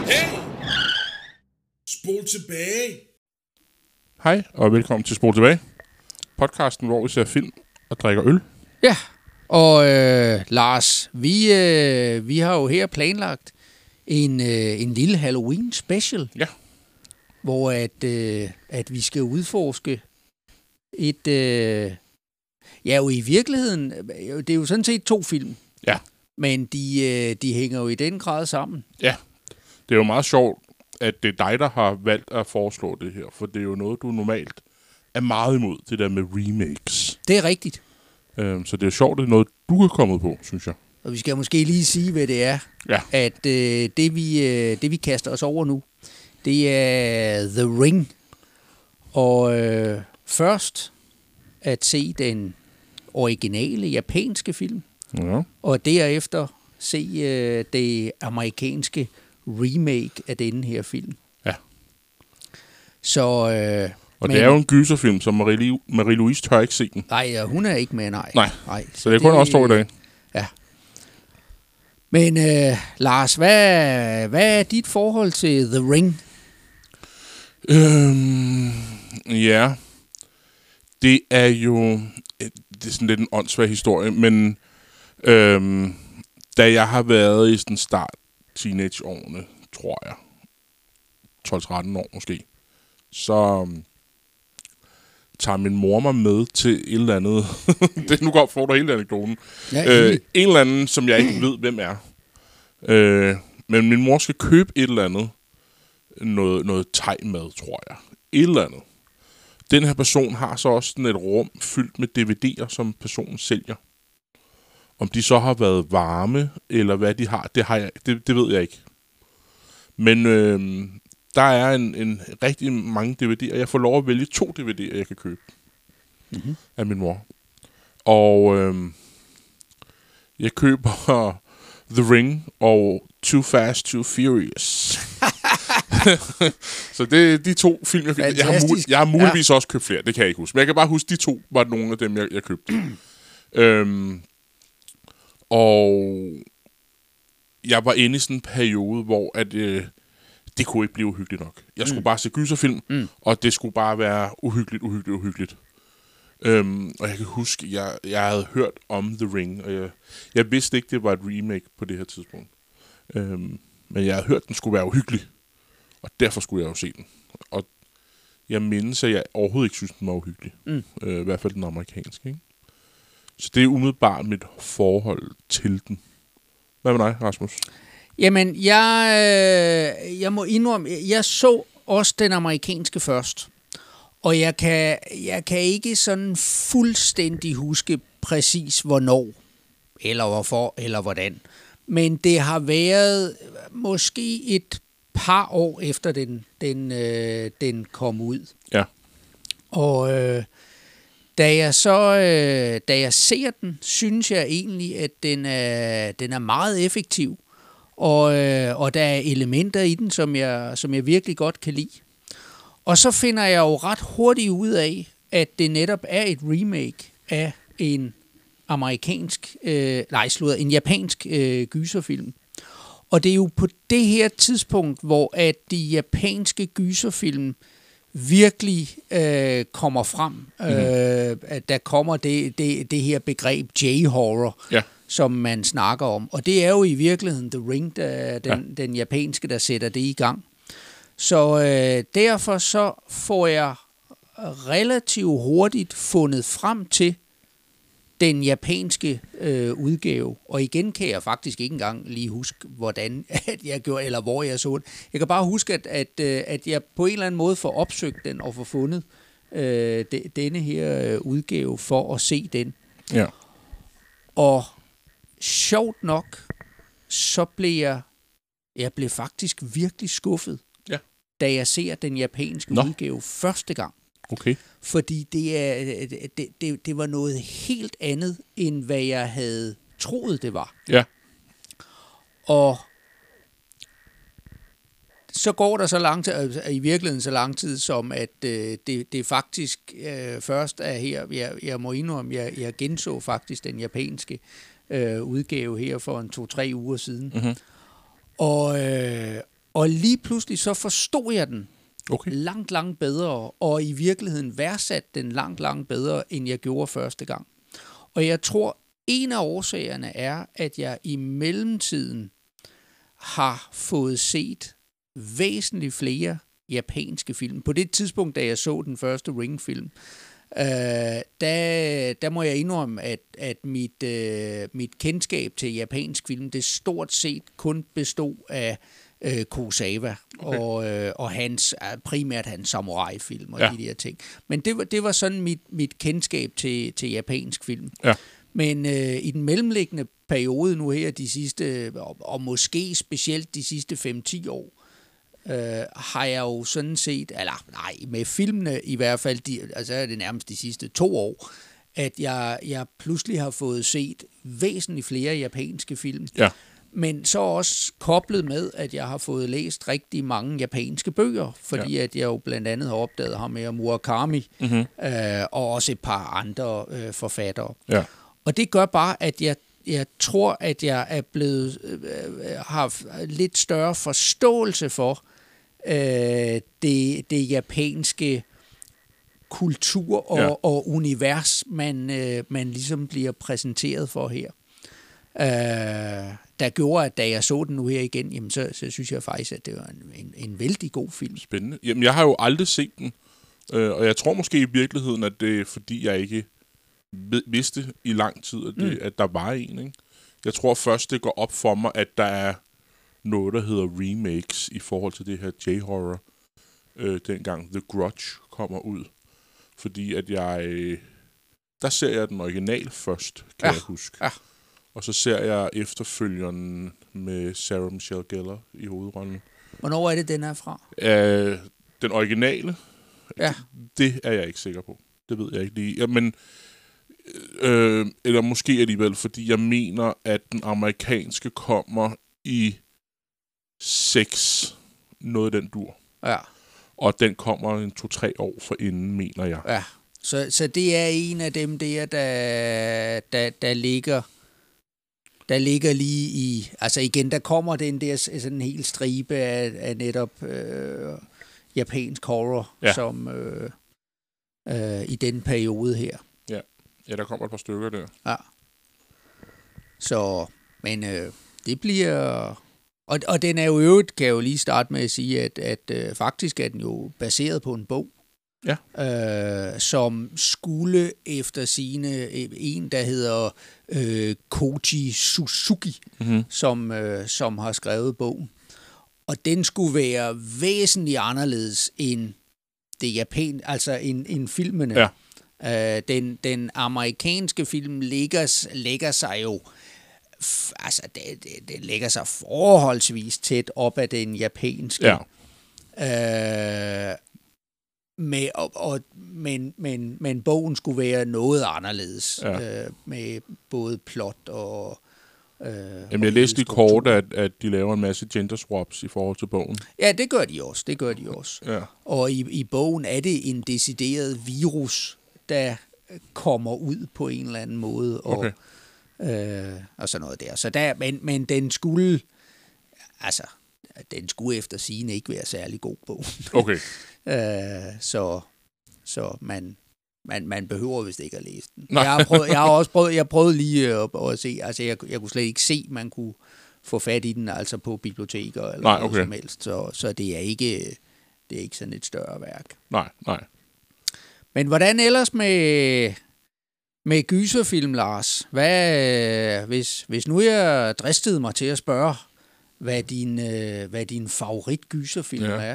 Hey! Spol tilbage! Hej, og velkommen til Spol Tilbage. Podcasten, hvor vi ser film og drikker øl. Ja, og Lars, vi har jo her planlagt en lille Halloween special. Ja. Hvor at vi skal udforske et... ja, jo i virkeligheden, det er jo sådan set 2 film. Ja. Men de hænger jo i den grad sammen. Ja, det er jo meget sjovt, at det er dig, der har valgt at foreslå det her. For det er jo noget, du normalt er meget imod, det der med remakes. Det er rigtigt. Så det er sjovt, det er noget, du er kommet på, synes jeg. Og vi skal måske lige sige, hvad det er. Ja. At det vi kaster os over nu, det er The Ring. Og først at se den originale japanske film, Ja. og derefter se det amerikanske remake af denne her film. Ja. Så... Og det er jo en gyserfilm, så Marie-Louise tør ikke se den. Nej, hun er ikke med, nej. Så det er kun også 2 i dag. Ja. Men Lars, hvad er dit forhold til The Ring? Ja, det er jo det er sådan lidt en åndssvag historie, men da jeg har været i sådan start teenageårene, tror jeg, 12-13 år måske, så tager min mor mig med til et eller andet. Det nu godt for dig hele anekdoten. Ja, en eller anden, som jeg ikke ved, hvem er. Men min mor skal købe et eller andet. Noget thai-mad, tror jeg. Et eller andet. Den her person har så også sådan et rum fyldt med DVD'er, som personen sælger. Om de så har været varme, eller hvad de har, det ved jeg ikke. Men der er en rigtig mange DVD'er. Jeg får lov at vælge 2 DVD'er, jeg kan købe. Mm-hmm. Af min mor. Og jeg køber The Ring og Too Fast, Too Furious. Så det er de 2 film, jeg har muligvis også købt flere, det kan jeg ikke huske. Men jeg kan bare huske, de 2 var nogle af dem, jeg købte. Og jeg var inde i sådan en periode, hvor at, det kunne ikke blive uhyggeligt nok. Jeg skulle bare se gyserfilm, og det skulle bare være uhyggeligt. Og jeg kan huske, jeg havde hørt om The Ring, og jeg vidste ikke, det var et remake på det her tidspunkt. Men jeg havde hørt, den skulle være uhyggelig, og derfor skulle jeg jo se den. Og jeg mindes, at jeg overhovedet ikke synes, den var uhyggelig. I hvert fald den amerikanske, ikke? Så det er umiddelbart mit forhold til den. Hvad med dig, Rasmus? Jamen, jeg må indrømme, jeg så også den amerikanske først. Og jeg kan ikke sådan fuldstændig huske præcis hvornår, eller hvorfor, eller hvordan. Men det har været måske et par år efter den kom ud. Ja. Og da jeg ser den, synes jeg egentlig, at den er meget effektiv. Og der er elementer i den, som jeg virkelig godt kan lide. Og så finder jeg jo ret hurtigt ud af, at det netop er et remake af en en japansk gyserfilm. Og det er jo på det her tidspunkt, hvor at de japanske gyserfilm virkelig kommer frem. At der kommer det her begreb J-horror, som man snakker om. Og det er jo i virkeligheden The Ring, den japanske, der sætter det i gang. Så derfor så får jeg relativt hurtigt fundet frem til den japanske udgave. Og igen kan jeg faktisk ikke engang lige huske, hvordan at jeg gjorde, eller hvor jeg så den. Jeg kan bare huske, at jeg på en eller anden måde får opsøgt den og får fundet denne her udgave for at se den. Ja. Og sjovt nok, så blev jeg blev faktisk virkelig skuffet, da jeg ser den japanske udgave første gang. Okay. Fordi det var noget helt andet, end hvad jeg havde troet, det var. Ja. Og så går der så lang tid, i virkeligheden så lang tid, som at det faktisk først er her. Jeg må indrømme, jeg genså faktisk den japanske udgave her for 2-3 uger siden. Mm-hmm. Og lige pludselig så forstod jeg den Okay. langt bedre, og i virkeligheden værdsat den langt bedre, end jeg gjorde første gang. Og jeg tror, en af årsagerne er, at jeg i mellemtiden har fået set væsentligt flere japanske film. På det tidspunkt, da jeg så den første Ring-film, der må jeg indrømme, at mit kendskab til japansk film, det stort set kun bestod af Kurosawa og primært hans samurai-film og de der ting. Men det var sådan mit kendskab til japansk film. Ja. Men i den mellemliggende periode nu her, de sidste, og måske specielt de sidste 5-10 år, har jeg jo sådan set, eller nej, med filmene i hvert fald, altså er det nærmest de sidste 2 år, at jeg pludselig har fået set væsentligt flere japanske film. Ja. Men så også koblet med, at jeg har fået læst rigtig mange japanske bøger, fordi at jeg jo blandt andet har opdaget ham med Murakami, og også et par andre forfattere. Ja. Og det gør bare, at jeg tror, at jeg er blevet har lidt større forståelse for det japanske kultur og univers, man ligesom bliver præsenteret for her. Der gjorde, at da jeg så den nu her igen, jamen så synes jeg faktisk, at det var en vældig god film. Spændende. Jamen, jeg har jo aldrig set den, og jeg tror måske i virkeligheden, at det er, fordi jeg ikke vidste i lang tid, at der var en, ikke? Jeg tror først, det går op for mig, at der er noget, der hedder remakes i forhold til det her J-horror, dengang The Grudge kommer ud. Fordi at der ser jeg den original først, kan jeg huske. Ja. Og så ser jeg efterfølgeren med Sarah Michelle Gellar i hovedrollen. Hvornår er det, den er fra? Den originale? Ja. Det er jeg ikke sikker på. Det ved jeg ikke lige. Ja, men, eller måske alligevel, fordi jeg mener, at den amerikanske kommer i 6, noget den dur. Ja. Og den kommer en 2-3 år forinden, mener jeg. Ja. Så det er en af dem der ligger lige i, altså igen, der kommer den der sådan en hel stribe af netop japansk horror, som i den periode her. Ja, der kommer et par stykker der. Ja. Så, men det bliver... Og den er jo øvrigt, kan jeg jo lige starte med at sige, at faktisk er den jo baseret på en bog. Ja. Som skulle efter sigende en, der hedder Koji Suzuki, som har skrevet bogen. Og den skulle være væsentligt anderledes end det altså end filmene. Ja. Den amerikanske film lægger sig jo, altså det lægger sig forholdsvis tæt op af den japanske. Ja. Men bogen skulle være noget anderledes, med både plot og... Jamen, jeg læste lige kort, at de laver en masse gender swaps i forhold til bogen. Ja, det gør de også. Ja. Og i bogen er det en decideret virus, der kommer ud på en eller anden måde, og sådan noget der. Så men den skulle... Altså, den skulle efter sigende ikke være særlig god bog. Okay. Så man behøver vist ikke at læse den. Jeg prøvede lige at se, altså jeg kunne slet ikke se, man kunne få fat i den altså på biblioteker eller noget som helst. Så det er ikke sådan et større værk. Nej. Men hvordan ellers med gyserfilm, Lars? Hvis nu jeg dristede mig til at spørge, hvad din favorit gyserfilm er.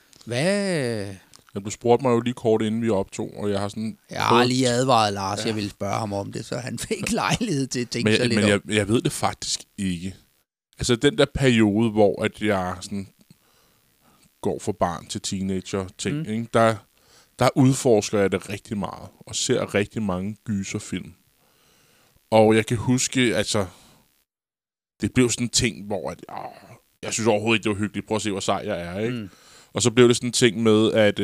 Du spurgte mig jo lige kort inden vi optog, og jeg har sådan... Jeg har lige advaret Lars, jeg ville spørge ham om det, så han fik lejlighed til at tænke sig lidt om. Men jeg ved det faktisk ikke. Altså den der periode, hvor at jeg sådan går fra barn til teenager ting, ikke? Der udforsker jeg det rigtig meget, og ser rigtig mange gyserfilm. Og jeg kan huske, altså... Det blev sådan en ting, hvor jeg synes overhovedet ikke, det var hyggeligt. Prøv at se, hvor sej jeg er, ikke? Og så blev det sådan en ting med, at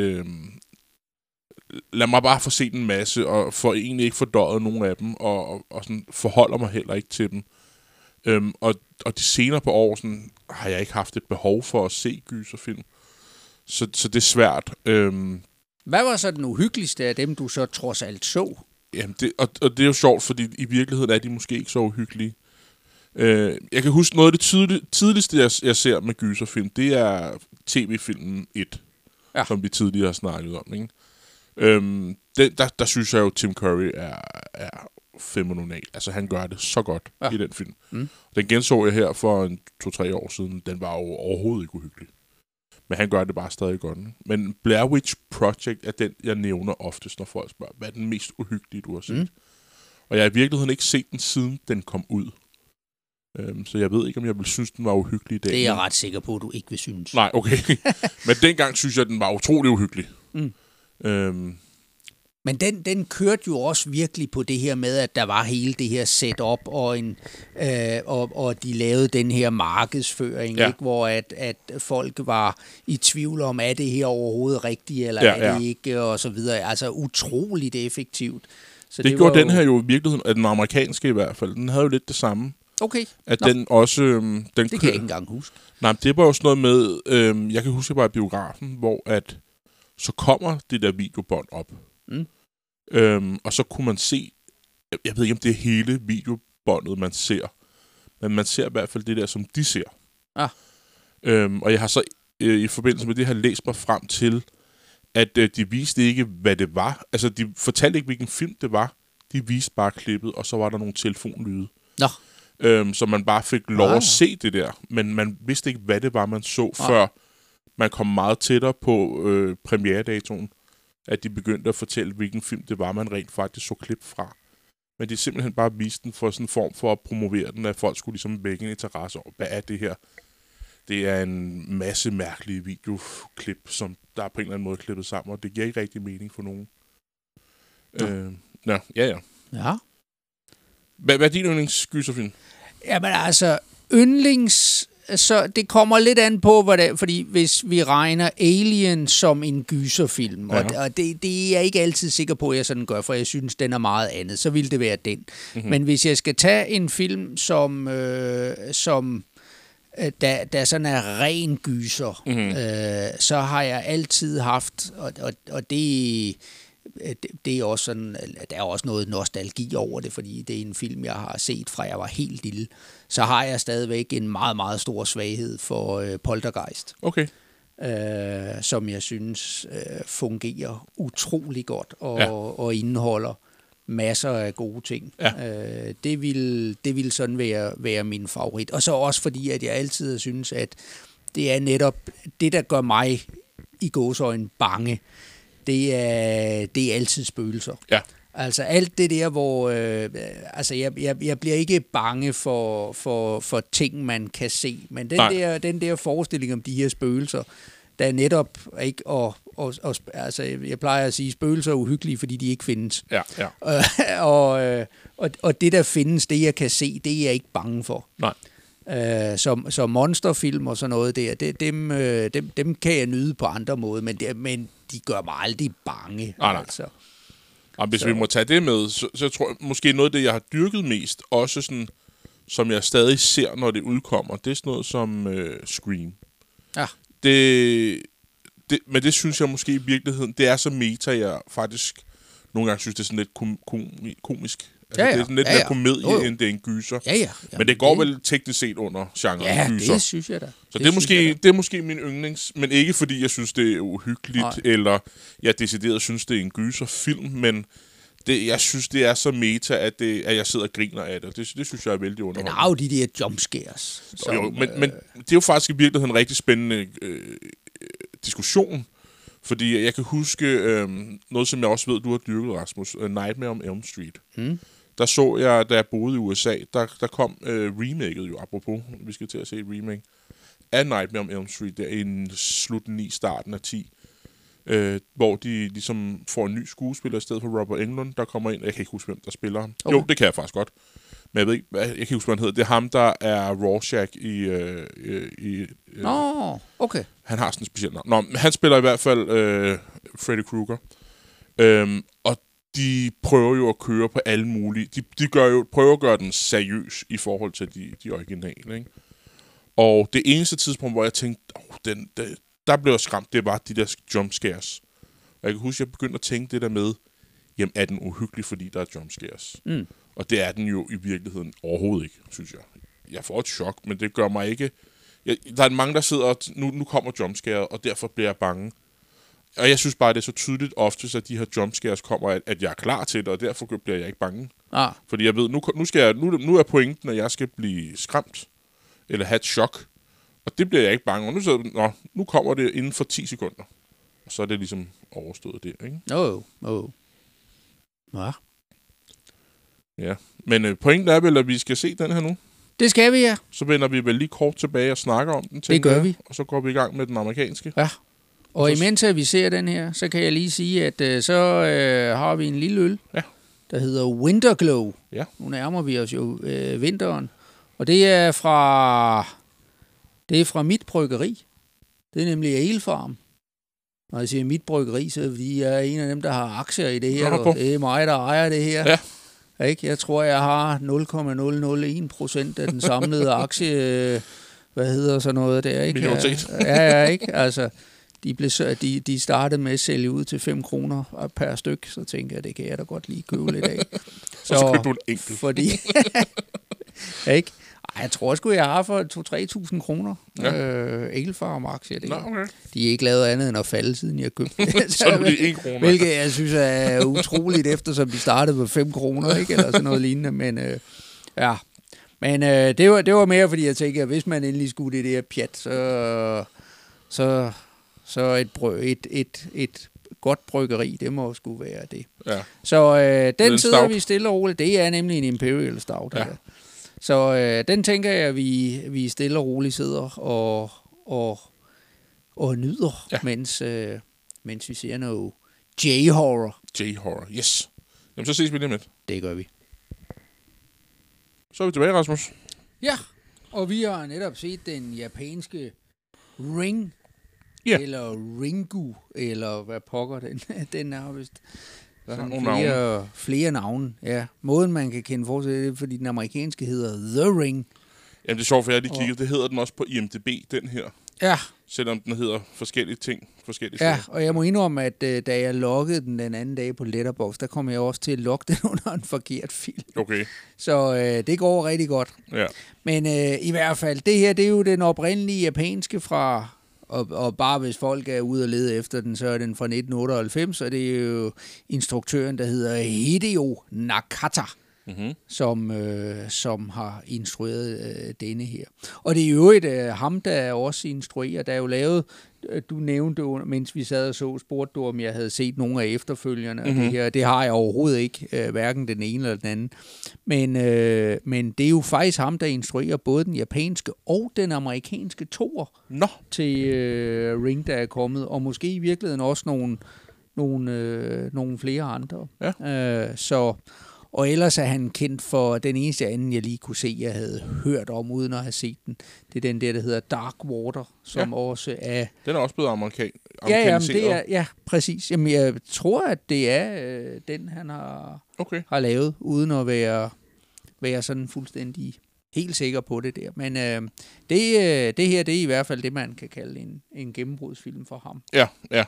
lad mig bare få set en masse, og får egentlig ikke fordøjet nogen af dem, og sådan forholder mig heller ikke til dem. Og de senere på år sådan, har jeg ikke haft et behov for at se gyserfilm. Så det er svært. Hvad var så den uhyggeligste af dem, du så trods alt så? Jamen og det er jo sjovt, fordi i virkeligheden er de måske ikke så uhyggelige. Jeg kan huske noget af det tidligste, jeg ser med gyserfilm, det er tv-filmen 1, som vi tidligere har snakket om. Ikke? Der synes jeg jo, Tim Curry er fænomenal. Altså, han gør det så godt i den film. Den genså jeg her for 2-3 år siden. Den var jo overhovedet ikke uhyggelig. Men han gør det bare stadig godt. Ikke? Men Blair Witch Project er den, jeg nævner oftest, når folk spørger, hvad er den mest uhyggelige, du har set? Og jeg har i virkeligheden ikke set den, siden den kom ud. Så jeg ved ikke, om jeg vil synes, den var uhyggelig i dag. Det er jeg ret sikker på, at du ikke vil synes. Nej, okay. Men dengang synes jeg, den var utrolig uhyggelig. Men den kørte jo også virkelig på det her med, at der var hele det her setup, og de lavede den her markedsføring, ikke? Hvor at folk var i tvivl om, er det her overhovedet rigtigt, eller er det ikke, og så videre. Altså utroligt effektivt. Så det gjorde den her jo i virkeligheden, at den amerikanske i hvert fald, den havde jo lidt det samme. Okay. At den også... det kan jeg ikke engang huske. Nej, det var jo sådan noget med... jeg kan huske, jeg var i biografen, hvor at så kommer det der videobånd op. Og så kunne man se... Jeg ved ikke, om det er hele videobåndet, man ser. Men man ser i hvert fald det der, som de ser. Og jeg har så i forbindelse med det her læst mig frem til, at de viste ikke, hvad det var. Altså, de fortalte ikke, hvilken film det var. De viste bare klippet, og så var der nogle telefonlyde. Så man bare fik lov at se det der. Men man vidste ikke, hvad det var, man så, før man kom meget tættere på premieredatoen, at de begyndte at fortælle, hvilken film det var, man rent faktisk så klip fra. Men de simpelthen bare viste den for sådan en form for at promovere den, at folk skulle ligesom vække en interesse over, hvad er det her? Det er en masse mærkelige videoklip, som der er på en eller anden måde klippet sammen, og det giver ikke rigtig mening for nogen. Ja. Hvad er din yndlingsgyserfilm? Jamen altså, så det kommer lidt an på, fordi hvis vi regner Alien som en gyserfilm, og det er jeg ikke altid sikker på, at jeg sådan gør, for jeg synes, den er meget andet, så vil det være den. Men hvis jeg skal tage en film, som der sådan er ren gyser, så har jeg altid haft, og det er også sådan, der er også noget nostalgi over det, fordi det er en film, jeg har set fra jeg var helt lille. Så har jeg stadigvæk en meget, meget stor svaghed for Poltergeist. Okay. Som jeg synes fungerer utrolig godt og indeholder masser af gode ting. Det vil sådan være min favorit. Og så også fordi, at jeg altid synes, at det er netop det, der gør mig i gåseøjne bange. Det er altid spøgelser. Ja. Altså alt det der, hvor... jeg bliver ikke bange for ting, man kan se. Men den der forestilling om de her spøgelser, der er netop ikke... altså, jeg plejer at sige, spøgelser er uhyggelige, fordi de ikke findes. Ja. Og det, der findes, det jeg kan se, det er jeg ikke bange for. Nej. Så monsterfilm og sådan noget der, dem kan jeg nyde på andre måder, men de gør mig aldrig bange. Nej. Altså. Og hvis vi må tage det med, så tror jeg måske noget af det, jeg har dyrket mest, også sådan, som jeg stadig ser, når det udkommer, det er sådan noget som Scream. Ja. Men det synes jeg måske i virkeligheden, det er så meta, jeg faktisk nogle gange synes, det er sådan lidt komisk. Altså, det er sådan lidt mere komedie, end det er en gyser. Jamen, men det går vel teknisk set under genren gyser. Ja, det synes jeg da. Så det er måske min yndlings, men ikke fordi jeg synes, det er uhyggeligt, eller jeg decideret synes, det er en gyserfilm, men jeg synes, det er så meta, at jeg sidder og griner af det. Det synes jeg er vældig underholdende. Den har jo de der jumpscares. Men det er jo faktisk i virkeligheden en rigtig spændende diskussion, fordi jeg kan huske noget, som jeg også ved, du har dyrket, Rasmus, Nightmare on Elm Street. Der så jeg, da jeg boede i USA, der kom remaket jo, apropos, vi skal til at se et remake, af Nightmare on Elm Street, der i slutningen 9, starten af 10, hvor de ligesom får en ny skuespiller i stedet for Robert Englund, der kommer ind. Jeg kan ikke huske, hvem der spiller ham. Okay. Jo, det kan jeg faktisk godt. Men jeg ved ikke, jeg kan ikke huske, hvad han hedder. Det er ham, der er Rorschach i okay. Han har sådan en speciel navn. Han spiller i hvert fald Freddy Krueger. Og de prøver jo at køre på alle mulige... De prøver at gøre den seriøs i forhold til de originale, ikke? Og det eneste tidspunkt, hvor jeg tænkte, der blev jeg skræmt, det var de der jumpscares. Og jeg kan huske, at jeg begyndte at tænke det der med, jamen er den uhyggelig, fordi der er jumpscares? Mm. Og det er den jo i virkeligheden overhovedet ikke, synes jeg. Jeg får et chok, men det gør mig ikke... Der er mange, der sidder og... Nu kommer jumpscare, og derfor bliver jeg bange. Og jeg synes bare, det er så tydeligt oftest, at de her jumpscares kommer, at jeg er klar til det, og derfor bliver jeg ikke bange. Ah. Fordi jeg ved, nu er pointen, at jeg skal blive skræmt, eller have et chok. Og det bliver jeg ikke bange. Og nu kommer det inden for 10 sekunder. Og så er det ligesom overstået der, ikke? Ja. Ja, men pointen er vel, at vi skal se den her nu. Det skal vi, ja. Så vender vi vel lige kort tilbage og snakker om den. Det gør vi. Og så går vi i gang med den amerikanske. Ja. Og imens vi ser den her, så kan jeg lige sige, at så har vi en lille øl, der hedder Winterglow. Ja. Nu nærmer vi os jo vinteren. Og det er fra mit bryggeri. Det er nemlig Ale Farm. Når jeg siger mit bryggeri, så er det, fordi jeg er en af dem, der har aktier i det her. Og det er mig, der ejer det her. Ja. Ikke? Jeg tror, jeg har 0,001% af den samlede aktie, hvad hedder så noget der, ikke? Minoritet. Ja, ikke? Altså, de startede med at sælge ud til 5 kroner per styk, så tænker jeg, det kan jeg da godt lige købe lidt af. Så køber du en enkelt. Fordi, ikke? Ej, jeg tror sgu, jeg har for 2-3.000 kroner. Ale Farm-aktier. Okay. De er ikke lavet andet end at falde, siden jeg købte det. Så er det 1 kroner. Hvilket jeg synes er utroligt, eftersom de startede på 5 kroner, ikke? Eller sådan noget lignende. Men ja. Men det var mere, fordi jeg tænker, at hvis man endelig skulle det der pjat, så et godt bryggeri, det må sgu være det. Ja. Så den sidder vi stille og roligt. Det er nemlig en Imperial Stout. Ja. Så den tænker jeg, at vi stille og roligt sidder og nyder, mens vi ser noget J-horror. J-horror, yes. Jamen, så ses vi lige med. Det gør vi. Så er vi tilbage, Rasmus. Ja, og vi har netop set den japanske Ring, eller Ringu, eller hvad pokker den er vist. Der er nogle flere navne, ja. Måden, man kan kende forskel, det er, fordi den amerikanske hedder The Ring. Jamen, det er sjovt, for jeg lige kigget. Det hedder den også på IMDb, den her. Ja. Selvom den hedder forskellige ting. Ja, og jeg må indrømme, at da jeg loggede den anden dag på Letterboxd, der kom jeg også til at logge den under en forkert film. Okay. Så det går rigtig godt. Ja. Men i hvert fald, det her, det er jo den oprindelige japanske fra... Og bare hvis folk er ude og lede efter den, så er den fra 1998, og det er jo instruktøren, der hedder Hideo Nakata, som har instrueret denne her. Og det er jo ham, der også instruerer. Der er jo lavet, du nævnte, mens vi sad og spurgte du, om jeg havde set nogle af efterfølgerne. Det her. Det har jeg overhovedet ikke, hverken den ene eller den anden. Men det er jo faktisk ham, der instruerer både den japanske og den amerikanske toer til Ring, der er kommet. Og måske i virkeligheden også nogle flere andre. Ja. Og ellers er han kendt for den eneste anden, jeg lige kunne se, jeg havde hørt om, uden at have set den. Det er den der hedder Dark Water, som også er... Den er også blevet amerikaniseret. Ja, præcis. Jamen, jeg tror, at det er den, han har lavet, uden at være sådan fuldstændig helt sikker på det der. Men det her, det er i hvert fald det, man kan kalde en gennembrudsfilm for ham. Ja, ja.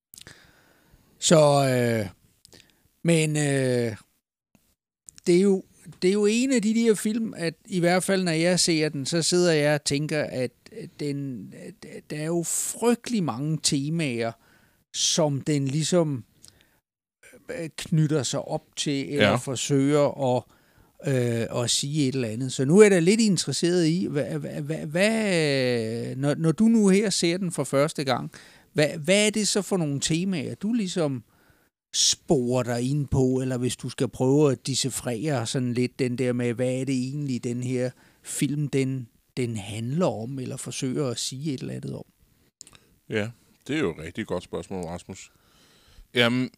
Så, det er jo en af de der film, at i hvert fald når jeg ser den, så sidder jeg og tænker, at der er jo frygtelig mange temaer, som den ligesom knytter sig op til, eller forsøger at sige et eller andet. Så nu er jeg lidt interesseret i, når du nu her ser den for første gang, hvad er det så for nogle temaer, du ligesom sporer dig ind på, eller hvis du skal prøve at decifrere sådan lidt den der med, hvad er det egentlig, den her film, den handler om, eller forsøger at sige et eller andet om? Ja, det er jo et rigtig godt spørgsmål, Rasmus. Jamen,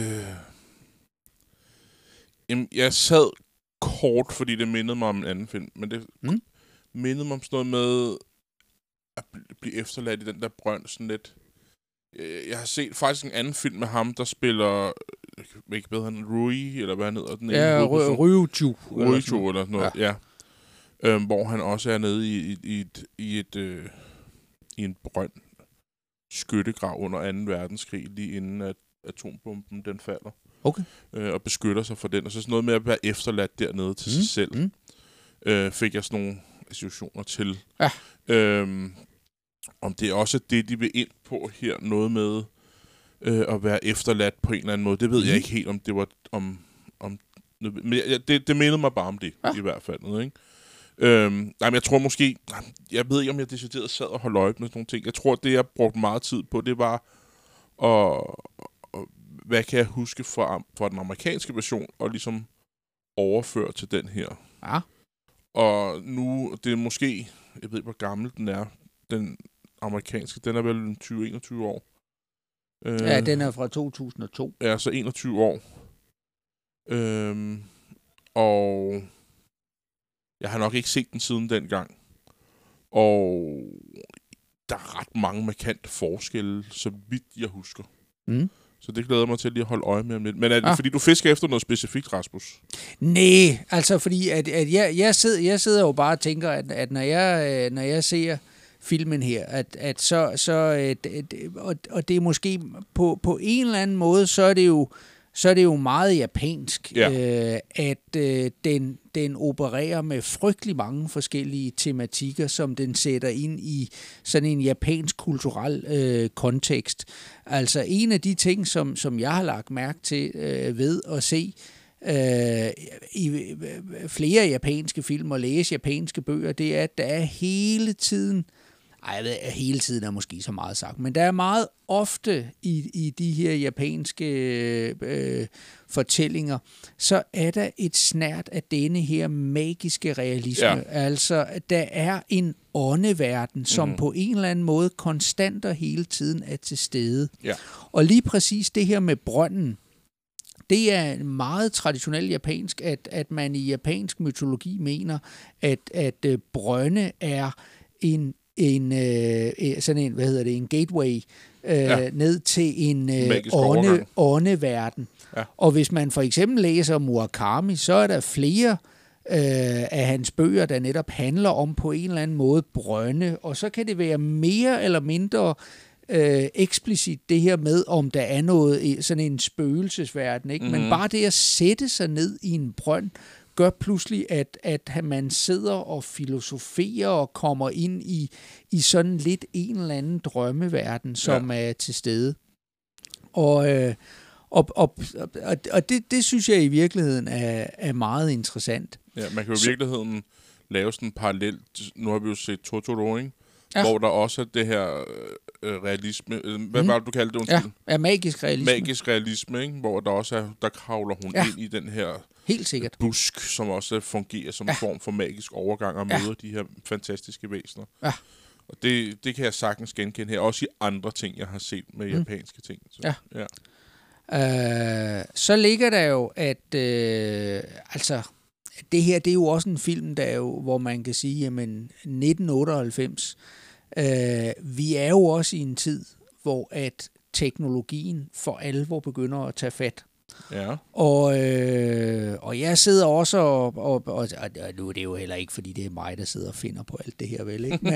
jeg sad kort, fordi det mindede mig om en anden film, men det mindede mig om sådan noget med at blive efterladt i den der brønd sådan lidt. Jeg har set faktisk en anden film med ham, der spiller ikke bedre han Rui, eller hvad han hedder. Den Ja, Ryuju. Ryuju, eller sådan noget, ja. Hvor han også er nede i en brønd skyttegrav under 2. verdenskrig, lige inden at atombomben den falder. Okay. Og beskytter sig for den. Og så sådan noget med at være efterladt dernede til sig selv. Fik jeg sådan nogle associationer til. Ja. Om det er også det, de vil ind på her, noget med at være efterladt på en eller anden måde. Det ved jeg ikke helt, om det var men det mindede mig bare om det, i hvert fald. Ikke? Men jeg tror måske, jeg ved ikke, om jeg decideret sad og holdt øje med sådan nogle ting. Jeg tror, det jeg brugte meget tid på, det var hvad kan jeg huske fra den amerikanske version, og ligesom overføre til den her. Ja. Og nu, det er måske, jeg ved ikke, hvor gammel den er, den amerikanske, den er vel 20-21 år. Ja, den er fra 2002. Ja, så 21 år. Og jeg har nok ikke set den siden dengang. Og der er ret mange markante forskelle, så vidt jeg husker. Så det glæder mig til lige at holde øje med lidt. Men er det fordi, du fisker efter noget specifikt, Rasmus? Nej, altså fordi at jeg sidder jo bare og tænker, at når jeg ser filmen her, og det er måske på en eller anden måde, så er det jo meget japansk, at den opererer med frygtelig mange forskellige tematikker, som den sætter ind i sådan en japansk kulturel kontekst. Altså en af de ting, som jeg har lagt mærke til ved at se i flere japanske film og læse japanske bøger, det er, at der er hele tiden, jeg ved, hele tiden er måske så meget sagt, men der er meget ofte i de her japanske fortællinger, så er der et snært af denne her magiske realisme. Ja. Altså, der er en åndeverden, som på en eller anden måde konstant og hele tiden er til stede. Ja. Og lige præcis det her med brønden, det er meget traditionelt japansk, at man i japansk mytologi mener, at brønde er en gateway ned til en åndeverden. Ja. Og hvis man for eksempel læser Murakami, så er der flere af hans bøger, der netop handler om på en eller anden måde brønde, og så kan det være mere eller mindre eksplicit det her med, om der er noget sådan en spøgelsesverden, ikke? Men bare det at sætte sig ned i en brønd, gør pludselig, at man sidder og filosoferer og kommer ind i sådan lidt en eller anden drømmeverden, som er til stede. Og det synes jeg i virkeligheden er meget interessant. Ja, man kan jo i virkeligheden lave sådan en parallel. Nu har vi jo set Totoro, ikke? Hvor der også er det her realisme. Hvad var det, du kaldte det? Ja, magisk realisme. Magisk realisme, ikke? Hvor der også er, der kravler hun ind i den her helt sikkert busk, som også fungerer som en form for magisk overgang og møder de her fantastiske væsener. Ja. Og det kan jeg sagtens genkende her. Også i andre ting, jeg har set med japanske ting. Så, så ligger der jo, at altså det her, det er jo også en film, der er jo, hvor man kan sige, jamen 1998, vi er jo også i en tid, hvor at teknologien for alvor begynder at tage fat. Ja. Og jeg sidder også og nu er det jo heller ikke, fordi det er mig, der sidder og finder på alt det her, vel, ikke?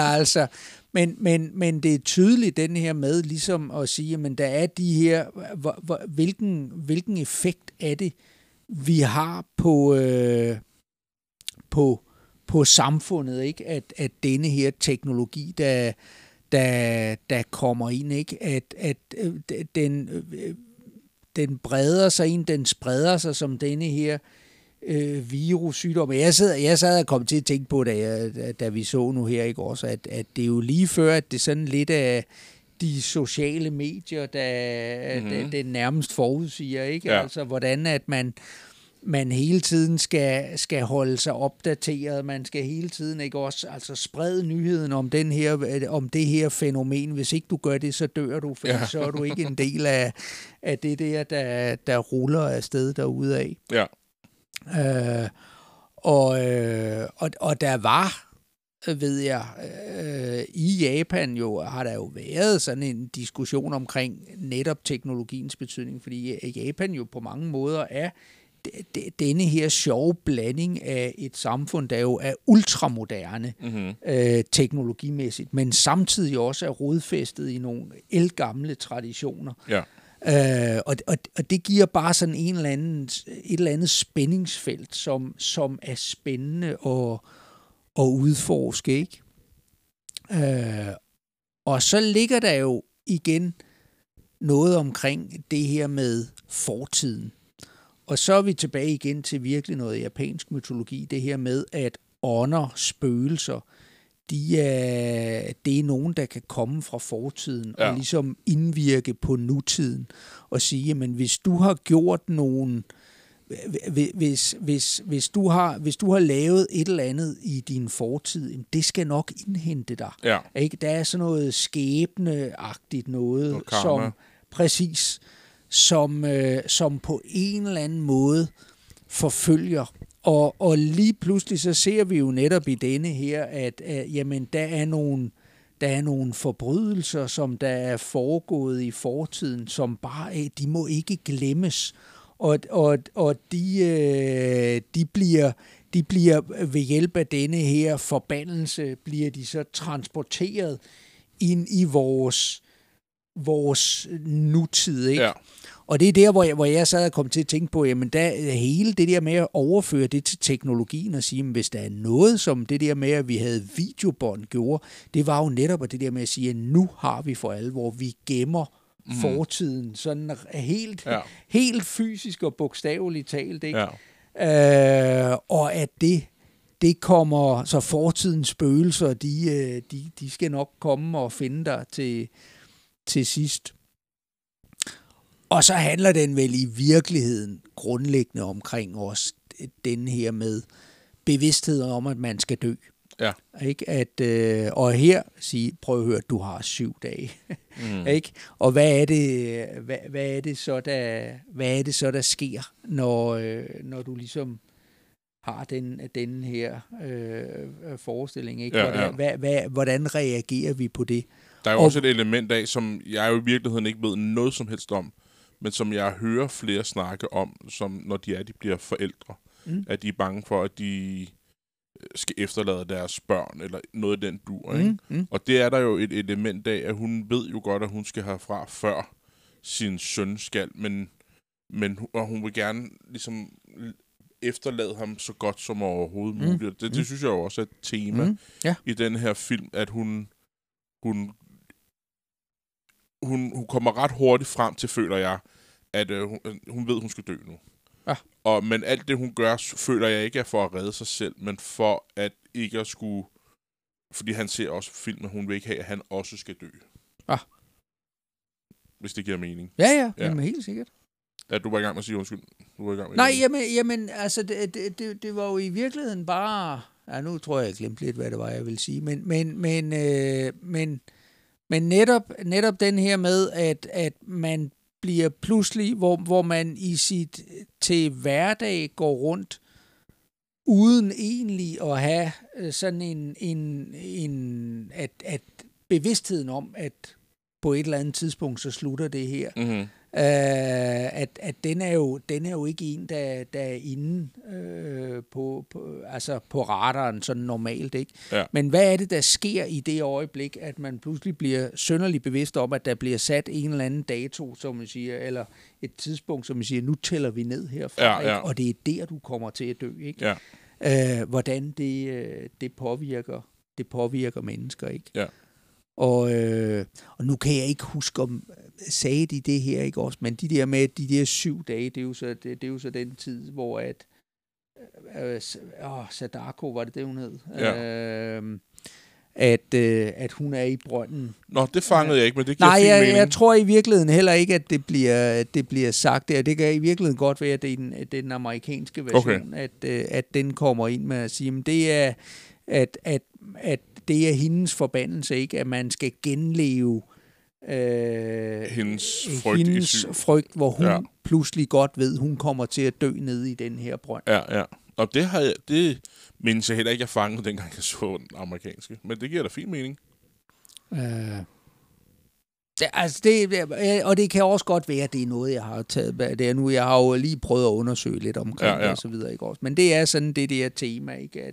Men det er tydeligt, den her med ligesom at sige, men der er de her, hvilken effekt er det, vi har på samfundet, ikke? At denne her teknologi, der kommer ind, ikke? At den breder sig ind, den spreder sig som denne her virussygdom. Jeg sad og kom til at tænke på, da vi så nu her i går, så at det er jo lige før, at det sådan lidt af de sociale medier, der det nærmest forudsiger, ikke? Ja. Altså, hvordan at man hele tiden skal holde sig opdateret, man skal hele tiden ikke også altså sprede nyheden om det her fænomen. Hvis ikke du gør det, så dør du, for så er du ikke en del af det der ruller afsted derude af. Ja. Og der var ved jeg, i Japan jo har der jo været sådan en diskussion omkring netop teknologiens betydning, fordi Japan jo på mange måder er denne her sjove blanding af et samfund, der jo er ultramoderne teknologimæssigt, men samtidig også er rodfæstet i nogle ældgamle traditioner. Ja. Og det giver bare sådan et eller andet spændingsfelt, som er spændende at udforske, ikke? Og så ligger der jo igen noget omkring det her med fortiden. Og så er vi tilbage igen til virkelig noget japansk mytologi, det her med, at ånder, spøgelser, det er nogen, der kan komme fra fortiden og ligesom indvirke på nutiden og sige, men hvis du har gjort nogen, hvis du har lavet et eller andet i din fortid, det skal nok indhente dig. Ja. Ikke? Der er sådan noget skæbneagtigt noget, karma. som på en eller anden måde forfølger. Og lige pludselig så ser vi jo netop i denne her, at jamen, der er nogle forbrydelser, som der er foregået i fortiden, som bare, de må ikke glemmes. Og de bliver ved hjælp af denne her forbandelse, bliver de så transporteret ind i vores nutid, ikke? Ja. Og det er der, hvor jeg sad og kom til at tænke på, jamen hele det der med at overføre det til teknologien og sige, hvis der er noget, som det der med, at vi havde videobånd gjorde, det var jo netop det der med at sige, at nu har vi for alvor, vi gemmer fortiden, sådan helt fysisk og bogstaveligt talt, ikke? Ja. Og at det kommer, så fortidens spøgelser, de skal nok komme og finde dig til sidst. Og så handler den vel i virkeligheden grundlæggende omkring os den her med bevidstheden om, at man skal dø. Ja. Ikke? Og her prøv at høre, du har 7 dage. Ikke? Og hvad er det så der sker, når du ligesom har den her forestilling, ikke? Hvordan reagerer vi på det? Der er jo også et element af, som jeg jo i virkeligheden ikke ved noget som helst om, men som jeg hører flere snakke om, som når de bliver forældre, at de er bange for, at de skal efterlade deres børn, eller noget i den dur, ikke? Og det er der jo et element af, at hun ved jo godt, at hun skal herfra før sin søn skal, men hun vil gerne ligesom efterlade ham så godt som overhovedet muligt. Det synes jeg jo også er et tema i den her film, at hun kommer ret hurtigt frem til, føler jeg, at hun ved, hun skal dø nu. Ja. Men alt det, hun gør, føler jeg ikke er for at redde sig selv, men for at ikke at skulle... Fordi han ser også filmen, hun vil ikke have, at han også skal dø. Ja. Hvis det giver mening. Ja. Jamen, helt sikkert. Ja, du var i gang med at sige undskyld. Nej, jamen, altså, det var jo i virkeligheden bare... Ja, nu tror jeg glemte lidt, hvad det var, jeg ville sige. Men netop den her med, at man bliver pludselig, hvor man i sit til hverdag går rundt, uden egentlig at have sådan at bevidstheden om, at på et eller andet tidspunkt, så slutter det her. Mm-hmm. At den er jo ikke en, der er inde på radaren sådan normalt, ikke? Ja. Men hvad er det, der sker i det øjeblik, at man pludselig bliver synderligt bevidst om, at der bliver sat en eller anden dato, som man siger, eller et tidspunkt, som man siger, nu tæller vi ned herfra, ikke? Og det er der, du kommer til at dø, ikke? Ja. Hvordan det påvirker mennesker, ikke? Ja. Og nu kan jeg ikke huske, om sagde de det her, ikke også? Men de der 7 dage, det er jo så den tid, hvor at Sadako, var det hun hed? Ja. At hun er i brønden. Nå, det fangede jeg ikke, men det giver fin mening. Jeg tror i virkeligheden heller ikke, at det bliver sagt der. Det kan i virkeligheden godt være, at det er den amerikanske version, at den kommer ind med at sige, men det er, at det er hendes forbandelse, ikke? At man skal genleve hendes frygt, hvor hun pludselig godt ved, hun kommer til at dø nede i den her brønd. Ja. Og det mindes jeg heller ikke, jeg fangede, dengang jeg så den amerikanske. Men det giver da fin mening. Og det kan også godt være, at det er noget, jeg har taget bag det nu. Jeg har jo lige prøvet at undersøge lidt omkring det og så videre. Ikke også? Men det er sådan det der tema, ikke?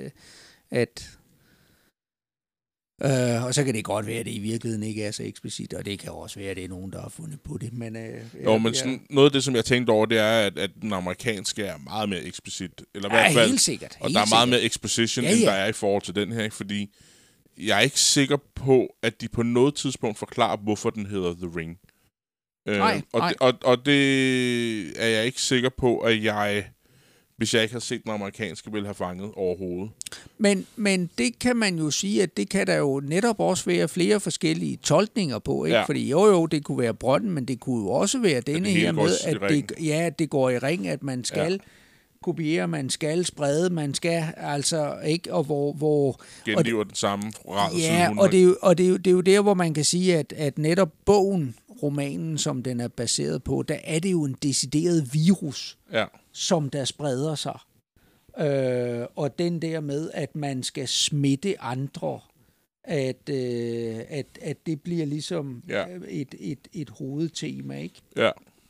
Og så kan det godt være, at det i virkeligheden ikke er så eksplicit, og det kan også være, at det er nogen, der har fundet på det. Men, noget af det, som jeg tænkte over, det er, at den amerikanske er meget mere eksplicit. Eller i hvert fald, helt sikkert. Og der er meget mere exposition, end der er i forhold til den her, fordi jeg er ikke sikker på, at de på noget tidspunkt forklarer, hvorfor den hedder The Ring. Nej. Og det er jeg ikke sikker på, at jeg, hvis jeg ikke har set den amerikanske, ville have fanget overhovedet. Men det kan man jo sige, at det kan der jo netop også være flere forskellige tolkninger på, ikke? Ja. Fordi jo, det kunne være brønden, men det kunne jo også være denne her med, at det går i ring, at man skal kopiere, man skal sprede, man skal altså ikke, og hvor gengiver den samme rad. Ja, og det er jo der, hvor man kan sige, at netop bogen, romanen, som den er baseret på, der er det jo en decideret virus, som der spreder sig. Og den der med, at man skal smitte andre, at det bliver ligesom et hovedtema, ikke? Ja.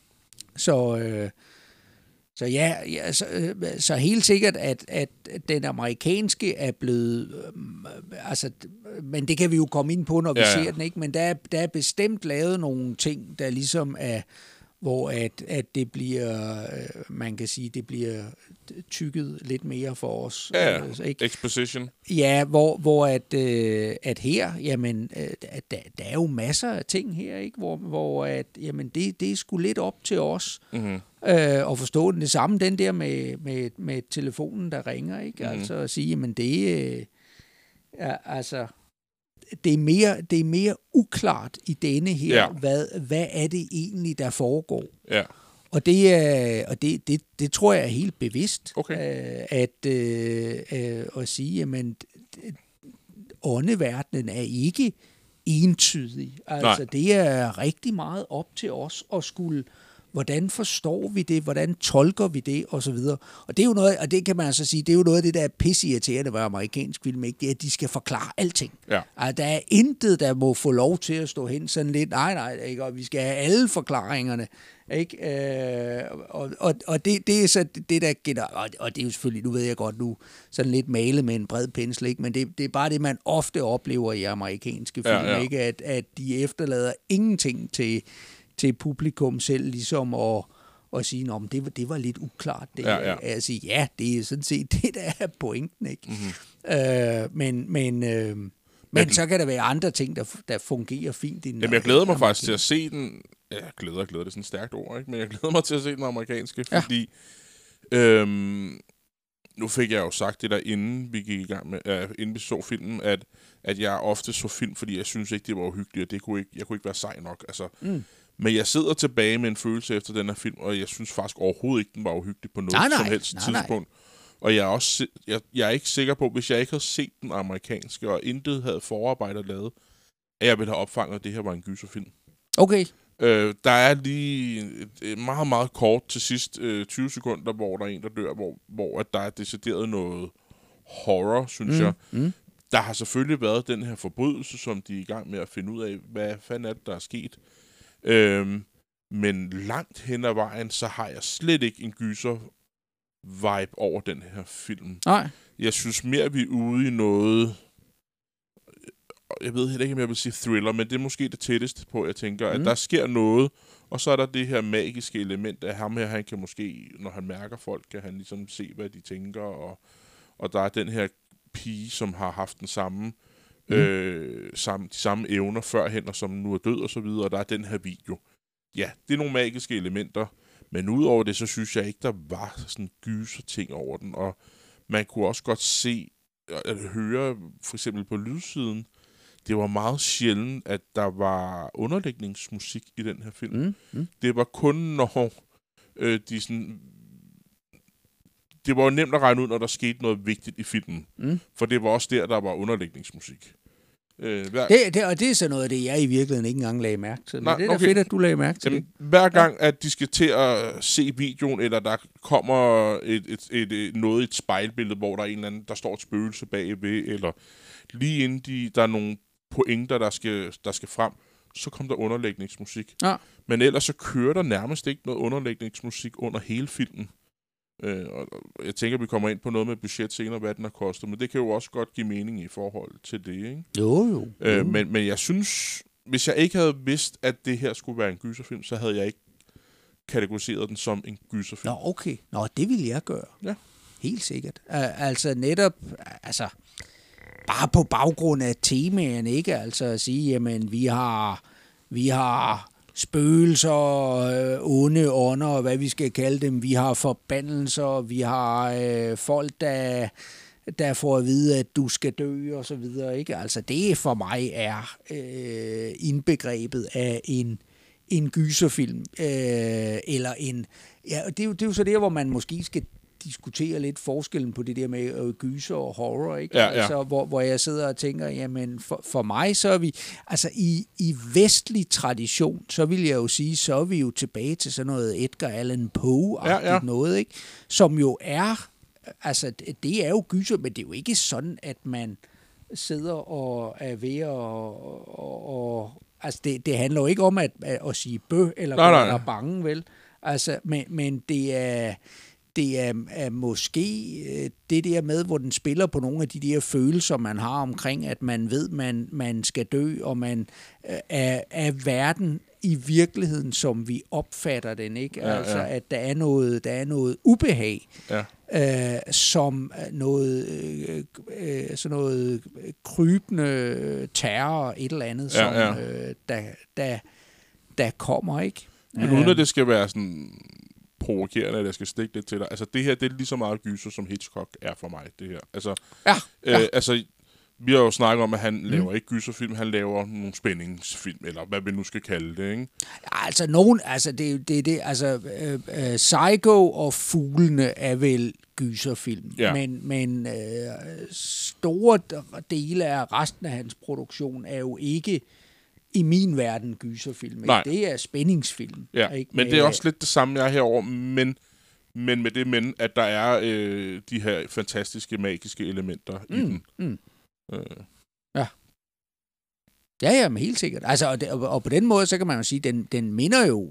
Så helt sikkert, at den amerikanske er blevet, men det kan vi jo komme ind på, når vi ser den, ikke? Men der er bestemt lavet nogle ting, der ligesom er, hvor at det bliver, man kan sige, det bliver tykket lidt mere for os. Ikke? Exposition. Ja, hvor at her, jamen, der er jo masser af ting her, ikke? Hvor at, jamen, det er sgu lidt op til os at forstå den. Det samme, den der med telefonen, der ringer, ikke? Altså at sige, jamen det det er mere uklart i denne her, hvad er det egentlig, der foregår. Ja. Og det tror jeg er helt bevidst, at sige, jamen, åndeverdenen er ikke entydig. Altså, det er rigtig meget op til os at skulle, hvordan forstår vi det, hvordan tolker vi det, og så videre. Og det er jo noget, og det kan man altså sige, det er jo noget af det, der er pisseirriterende ved amerikansk film, ikke? Det er, at de skal forklare alting. Ja. Altså, der er intet, der må få lov til at stå hen sådan lidt, nej, ikke? Og vi skal have alle forklaringerne, ikke? Og det er så det, der gælder, og det er jo selvfølgelig, nu ved jeg godt, nu sådan lidt malet med en bred pensel, ikke? Men det er bare det, man ofte oplever i amerikanske film, ikke? At de efterlader ingenting til publikum selv, ligesom at sige, at det var lidt uklart. Det er sådan set det, der er pointen, ikke? Mm-hmm. Men så kan der være andre ting, der fungerer fint. Jamen, jeg glæder mig faktisk til at se den. Ja, glæder, det er sådan et stærkt ord, ikke? Men jeg glæder mig til at se den amerikanske, fordi nu fik jeg jo sagt det der, inden vi gik i gang med, inden vi så filmen, at jeg ofte så film, fordi jeg synes ikke, det var uhyggeligt, og jeg kunne ikke være sej nok. Altså, men jeg sidder tilbage med en følelse efter den her film, og jeg synes faktisk overhovedet ikke, den var uhyggelig på noget som helst tidspunkt. Og jeg er ikke sikker på, hvis jeg ikke havde set den amerikanske, og intet havde forarbejder lavet, at jeg ville have opfanget, at det her var en gyserfilm. Okay. Der er lige meget, meget kort til sidst 20 sekunder, hvor der er en, der dør, hvor at der er decideret noget horror, synes jeg. Der har selvfølgelig været den her forbrydelse, som de er i gang med at finde ud af, hvad fanden er det, der er sket. Men langt hen ad vejen, så har jeg slet ikke en gyser-vibe over den her film. Nej. Jeg synes mere, vi er ude i noget, jeg ved heller ikke, om jeg vil sige thriller, men det er måske det tætteste på, jeg tænker, at der sker noget, og så er der det her magiske element af ham her, han kan måske, når han mærker folk, kan han ligesom se, hvad de tænker, og der er den her pige, som har haft den samme, de samme evner førhen, og som nu er død og så videre, og der er den her video. Ja, det er nogle magiske elementer, men udover det, så synes jeg ikke, der var sådan gyser ting over den, og man kunne også godt se, eller høre, for eksempel på lydsiden, det var meget sjældent, at der var underlægningsmusik i den her film. Det var kun, når de sådan... Det var jo nemt at regne ud, når der skete noget vigtigt i filmen. For det var også der var underlægningsmusik. Og det er så noget af det, jeg i virkeligheden ikke engang lagde mærke til. Men det er da fedt, at du lagde mærke til det. Hver gang, at de skal til at se videoen, eller der kommer noget i et spejlbillede, hvor der er en eller anden, der står et spøgelse bagved, eller lige inden der er nogle pointer, der skal frem, så kommer der underlægningsmusik. Ja. Men ellers så kører der nærmest ikke noget underlægningsmusik under hele filmen. Og jeg tænker, vi kommer ind på noget med budget senere, hvad den har kostet, men det kan jo også godt give mening i forhold til det, ikke? Jo. Men jeg synes, hvis jeg ikke havde vidst, at det her skulle være en gyserfilm, så havde jeg ikke kategoriseret den som en gyserfilm. Nå, okay. Nå, det ville jeg gøre. Ja. Helt sikkert. Bare på baggrund af temaerne, ikke? Altså at sige, jamen, vi har spøgelser, onde ånder, og hvad vi skal kalde dem. Vi har forbandelser, vi har folk, der får at vide, at du skal dø, og så videre, ikke? Altså, det for mig er indbegrebet af en gyserfilm, eller en... Ja, det er jo så der, hvor man måske skal diskutere lidt forskellen på det der med gyser og horror, ikke? Ja. Altså, hvor jeg sidder og tænker, jamen, for mig, så er vi... Altså, i vestlig tradition, så vil jeg jo sige, så er vi jo tilbage til sådan noget Edgar Allan Poe-agtigt noget, ikke? Som jo er... Altså, det er jo gyser, men det er jo ikke sådan, at man sidder og er ved og altså, det handler jo ikke om at sige bøh eller være bange, vel? Altså, men det er måske det der med, hvor den spiller på nogle af de der følelser, man har omkring, at man ved, man skal dø, og man er verden i virkeligheden, som vi opfatter den, ikke? Ja, altså, at der er noget ubehag, som noget sådan noget krybende terror, et eller andet, som der kommer, ikke? Men uden at det skal være sådan provokerende, at jeg skal stikke lidt til dig. Altså, det her, det er lige så meget gyser, som Hitchcock er for mig, det her. Altså, altså, vi har jo snakket om, at han laver ikke gyserfilm, han laver nogle spændingsfilm, eller hvad vi nu skal kalde det, ikke? Ja, altså, Psycho og Fuglene er vel gyserfilm, men store dele af resten af hans produktion er jo ikke i min verden gyserfilm. Det er spændingsfilm. Ja, ikke? Men det er også lidt det samme, jeg er herovre, men med det at der er de her fantastiske, magiske elementer i den. Ja, men helt sikkert. Altså, og på den måde, så kan man jo sige, den minder jo...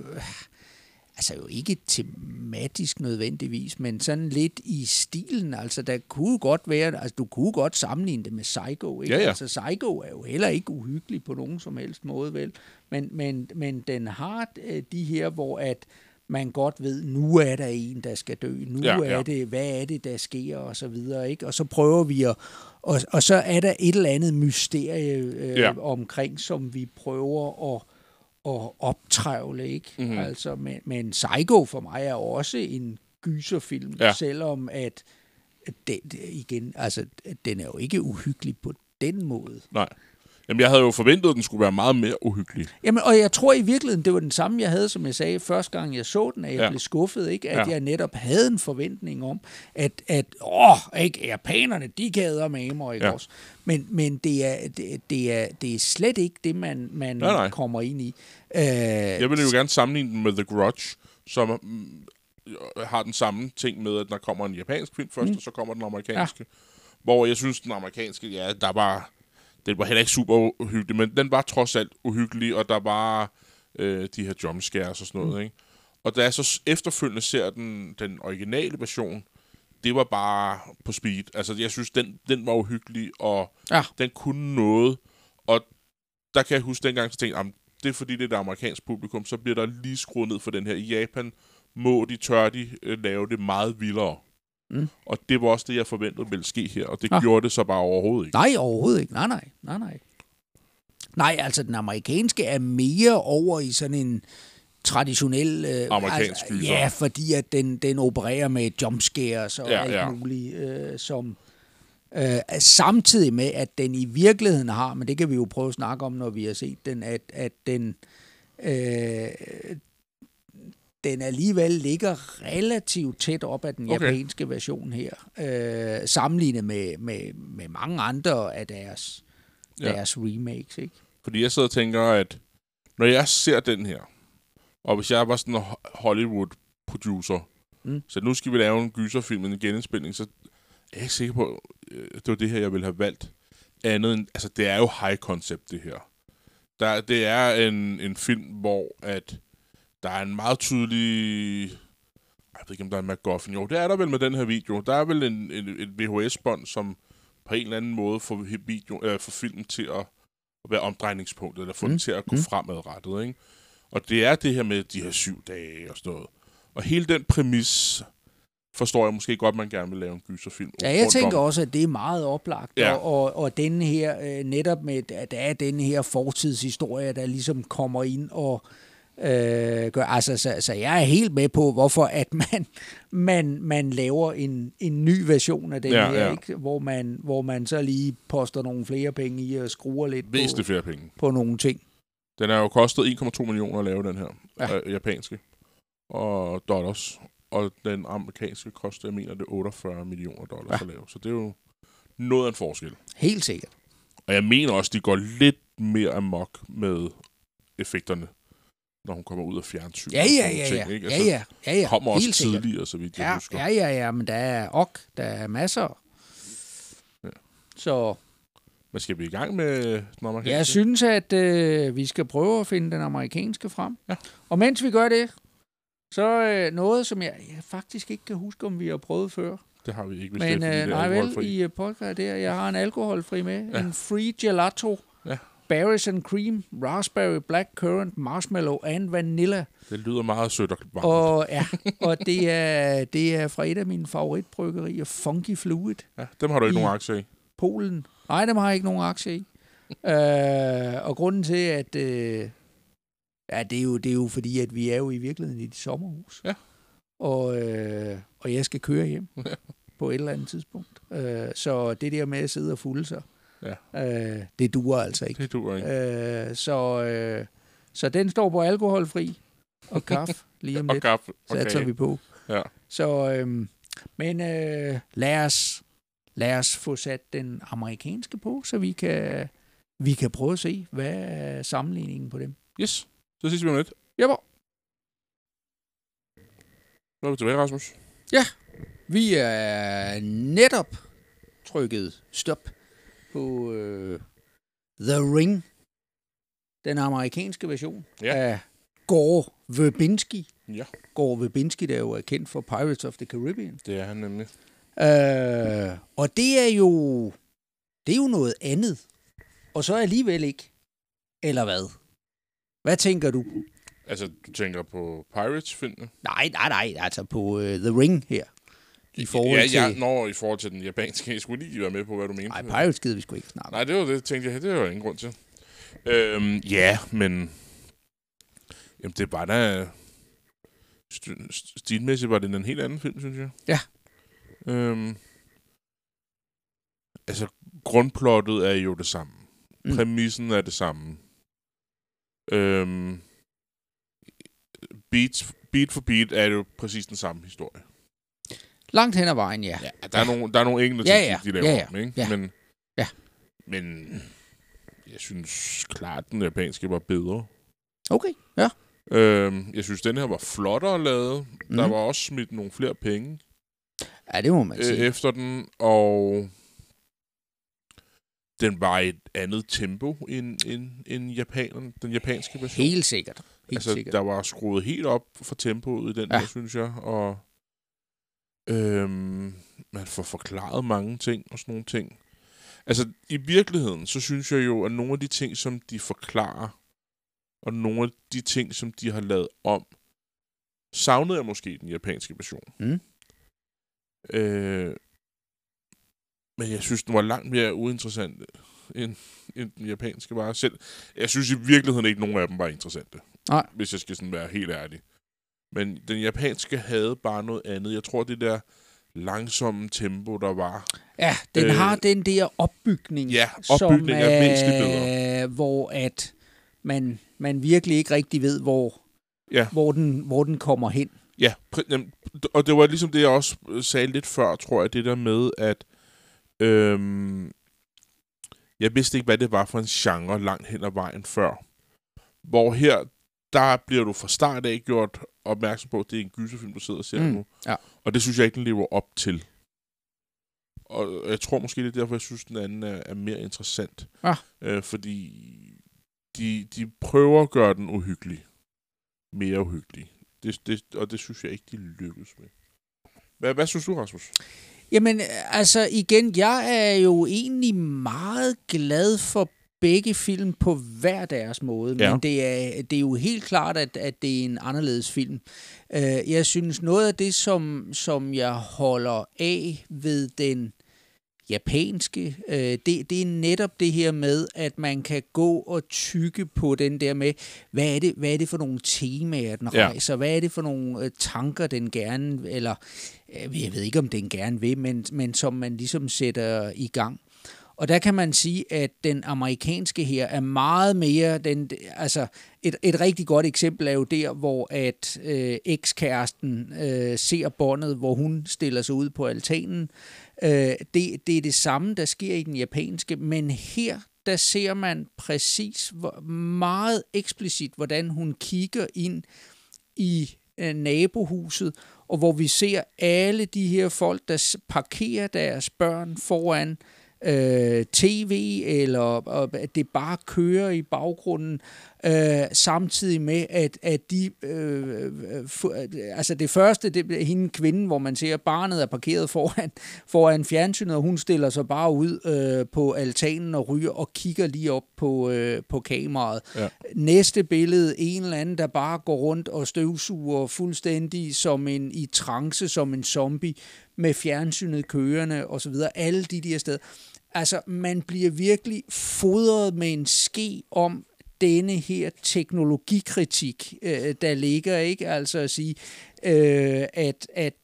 Altså jo ikke tematisk nødvendigvis, men sådan lidt i stilen. Altså der kunne godt være, altså du kunne godt sammenligne det med Psycho, ikke? Ja. Altså Psycho er jo heller ikke uhyggelig på nogen som helst måde, vel? Men den har de her, hvor at man godt ved, nu er der en, der skal dø, er det, hvad er det, der sker, og så videre, ikke? Og så prøver vi og så er der et eller andet mysterie omkring, som vi prøver at optrævle, ikke? Mm-hmm. Altså, men Psycho for mig er også en gyserfilm, selvom at det igen, altså, den er jo ikke uhyggelig på den måde. Nej. Jamen, jeg havde jo forventet, at den skulle være meget mere uhyggelig. Jamen, og jeg tror i virkeligheden, det var den samme, jeg havde, som jeg sagde, første gang jeg så den, at jeg blev skuffet, ikke? At jeg netop havde en forventning om, at ikke, japanerne, de gader med mig, ikke også? Men det er slet ikke det, man kommer ind i. Jeg vil jo gerne sammenligne den med The Grudge, som har den samme ting med, at der kommer en japansk film først, og så kommer den amerikanske. Hvor jeg synes, den amerikanske, den var heller ikke super uhyggelig, men den var trods alt uhyggelig, og der var de her jumpscares og sådan noget, ikke? Og da jeg så efterfølgende ser den originale version, det var bare på speed. Altså, jeg synes, den var uhyggelig, og den kunne noget. Og der kan jeg huske dengang, så tænkte jeg, det er fordi, det er det amerikanske publikum, så bliver der lige skruet ned for den her. I Japan tør de lave det meget vildere. Og det var også det, jeg forventede ville ske her, og det gjorde det så bare overhovedet ikke. Nej, overhovedet ikke. Nej. Nej, altså den amerikanske er mere over i sådan en traditionel... amerikansk gyser. Ja, fordi at den opererer med jumpscares og alt muligt, som... samtidig med, at den i virkeligheden har, men det kan vi jo prøve at snakke om, når vi har set den, at den... den alligevel ligger relativt tæt op af den japanske version her, sammenlignet med mange andre af deres deres remakes, ikke? Fordi jeg sidder og tænker, at når jeg ser den her, og hvis jeg var sådan en Hollywood-producer, så nu skal vi lave en gyserfilm, en genindspilning, så er jeg ikke sikker på, det var det her, jeg ville have valgt. Andet end, altså det er jo high concept, det her. Det er en film, hvor at der er en meget tydelig... Jeg ved ikke, om der er en MacGuffin. Jo, det er der vel med den her video. Der er vel et VHS-bånd, som på en eller anden måde får filmen til at være omdrejningspunktet, eller få den til at gå fremadrettet, ikke? Og det er det her med de her 7 dage og sådan noget. Og hele den præmis forstår jeg måske godt, man gerne vil lave en gyserfilm. Ja, jeg tænker også, at det er meget oplagt. Ja. Og denne her, netop med, at der er denne her fortidshistorie, der ligesom kommer ind og gør... Altså, så jeg er helt med på, hvorfor at man laver en ny version af den her, ikke? Hvor man så lige poster nogle flere penge i og skruer lidt flere penge på nogle ting. Den er jo kostet 1,2 millioner at lave den her, japanske, og dollars. Og den amerikanske koster, jeg mener, det er 48 millioner dollars at lave. Så det er jo noget af en forskel. Helt sikkert. Og jeg mener også, de går lidt mere amok med effekterne, når hun kommer ud af fjernsyn. Ja. Kommer også tidligere, så vidt jeg husker. Ja, men der er masser. Ja. Så... Men skal vi i gang med den amerikanske? Jeg synes, at vi skal prøve at finde den amerikanske frem. Ja. Og mens vi gør det, så noget, som jeg faktisk ikke kan huske, om vi har prøvet før. Det har vi ikke. Men nej vel, i podcast der. Jeg har en alkoholfri med. Ja. En free gelato. Ja. Berries and cream, raspberry, blackcurrant, marshmallow and vanilla. Det lyder meget sødt og varmt. Og det er fra et af mine favoritbryggerier, Funky Fluid. Ja, dem har du ikke nogen aktie i. Polen. Nej, dem har jeg ikke nogen aktie i. Og grunden til, at... det er jo fordi, at vi er jo i virkeligheden i et sommerhus. Ja. Og jeg skal køre hjem på et eller andet tidspunkt. Så det der med at sidde og fulde sig, det duer altså ikke. Det duer ikke. Så den står på alkoholfri og kaffe lige om lidt. Og kaffe, okay. Satser vi på. Ja. Så, men lad os få sat den amerikanske på, så vi kan prøve at se, hvad er sammenligningen på dem. Yes. Så ses vi om lidt. Jepper. Nu er vi tilbage, Rasmus. Ja, vi er netop trykket stop på The Ring, den amerikanske version af Gore Verbinski. Ja. Gore Verbinski, der jo er kendt for Pirates of the Caribbean. Det er han nemlig. Og det er jo noget andet. Og så alligevel ikke. Eller hvad? Hvad tænker du? Altså, du tænker på Pirates-filmen? Nej, altså på The Ring her. I forhold til... I forhold til den japanske. Jeg skulle lige være med på, hvad du mente. Nej, Pirates gider vi sgu ikke snakke. Nej, det var det, tænkte jeg. Det var jo ingen grund til. Men... Jamen, det var da... Stilmæssigt var det en helt anden film, synes jeg. Ja. Altså, grundplottet er jo det samme. Præmissen er det samme. Beat for beat er jo præcis den samme historie. Langt hen ad vejen, ja. Der er nogle enkelte ting, de laver om, ikke? Men jeg synes klart, den japanske var bedre. Okay, ja. Jeg synes, den her var flottere lavet. Der var også smidt nogle flere penge. Ja, det må man sige. Efter den, og den var et andet tempo end japanerne, den japanske version. Helt sikkert. Der var skruet helt op for tempoet i den der, synes jeg. Og man får forklaret mange ting og sådan nogle ting. Altså, i virkeligheden, så synes jeg jo, at nogle af de ting, som de forklarer, og nogle af de ting, som de har lavet om, savnede jeg måske i den japanske version. Men jeg synes, den var langt mere uinteressant end den japanske var selv. Jeg synes i virkeligheden ikke, nogen af dem var interessante. Nej. Hvis jeg skal sådan være helt ærlig. Men den japanske havde bare noget andet. Jeg tror, det der langsomme tempo, der var... Ja, den har den der opbygning. Ja, opbygning er væsentligt bedre. Hvor at man virkelig ikke rigtig ved, hvor den kommer hen. Ja, og det var ligesom det, jeg også sagde lidt før, tror jeg, det der med, at Jeg vidste ikke, hvad det var for en genre langt hen ad vejen før. Hvor her, der bliver du fra start af gjort opmærksom på, at det er en gyserfilm, du sidder og ser nu. Ja. Og det synes jeg ikke, den lever op til. Og jeg tror måske, det er derfor, jeg synes, den anden er mere interessant. Ja. Fordi de prøver at gøre den uhyggelig. Mere uhyggelig. Og det synes jeg ikke, de lykkes med. Hvad synes du, Rasmus? Jamen, altså igen, jeg er jo egentlig meget glad for begge film på hver deres måde, men det er jo helt klart, at det er en anderledes film. Jeg synes, noget af det, som jeg holder af ved den japanske, det er netop det her med, at man kan gå og tygge på den der med, hvad er det for nogle temaer, den rejser? Hvad er det for nogle tanker, den gerne, eller jeg ved ikke, om den gerne vil, men som man ligesom sætter i gang. Og der kan man sige, at den amerikanske her er meget mere, et rigtig godt eksempel er jo der, hvor at ekskæresten ser båndet, hvor hun stiller sig ud på altanen. Det er det samme, der sker i den japanske, men her, der ser man præcis meget eksplicit, hvordan hun kigger ind i nabohuset, og hvor vi ser alle de her folk, der parkerer deres børn foran tv, eller at det bare kører i baggrunden, samtidig med, at de altså det første, det er hende kvinden, hvor man ser, at barnet er parkeret foran fjernsynet, og hun stiller sig bare ud på altanen og ryger og kigger lige op på kameraet. Ja. Næste billede, en eller anden, der bare går rundt og støvsuger fuldstændig som i trance, som en zombie, med fjernsynet kørende og så videre. Alle de der steder. Altså, man bliver virkelig fodret med en ske om denne her teknologikritik, der ligger, ikke? Altså at sige, at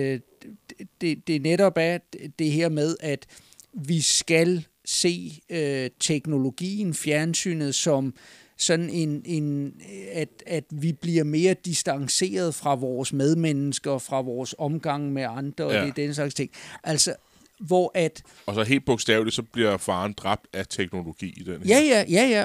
det netop er det her med, at vi skal se teknologien, fjernsynet, som sådan at vi bliver mere distanceret fra vores medmennesker, fra vores omgang med andre, og det er den slags ting. Altså, hvor at... Og så helt bogstaveligt, så bliver faren dræbt af teknologi i den her. Ja.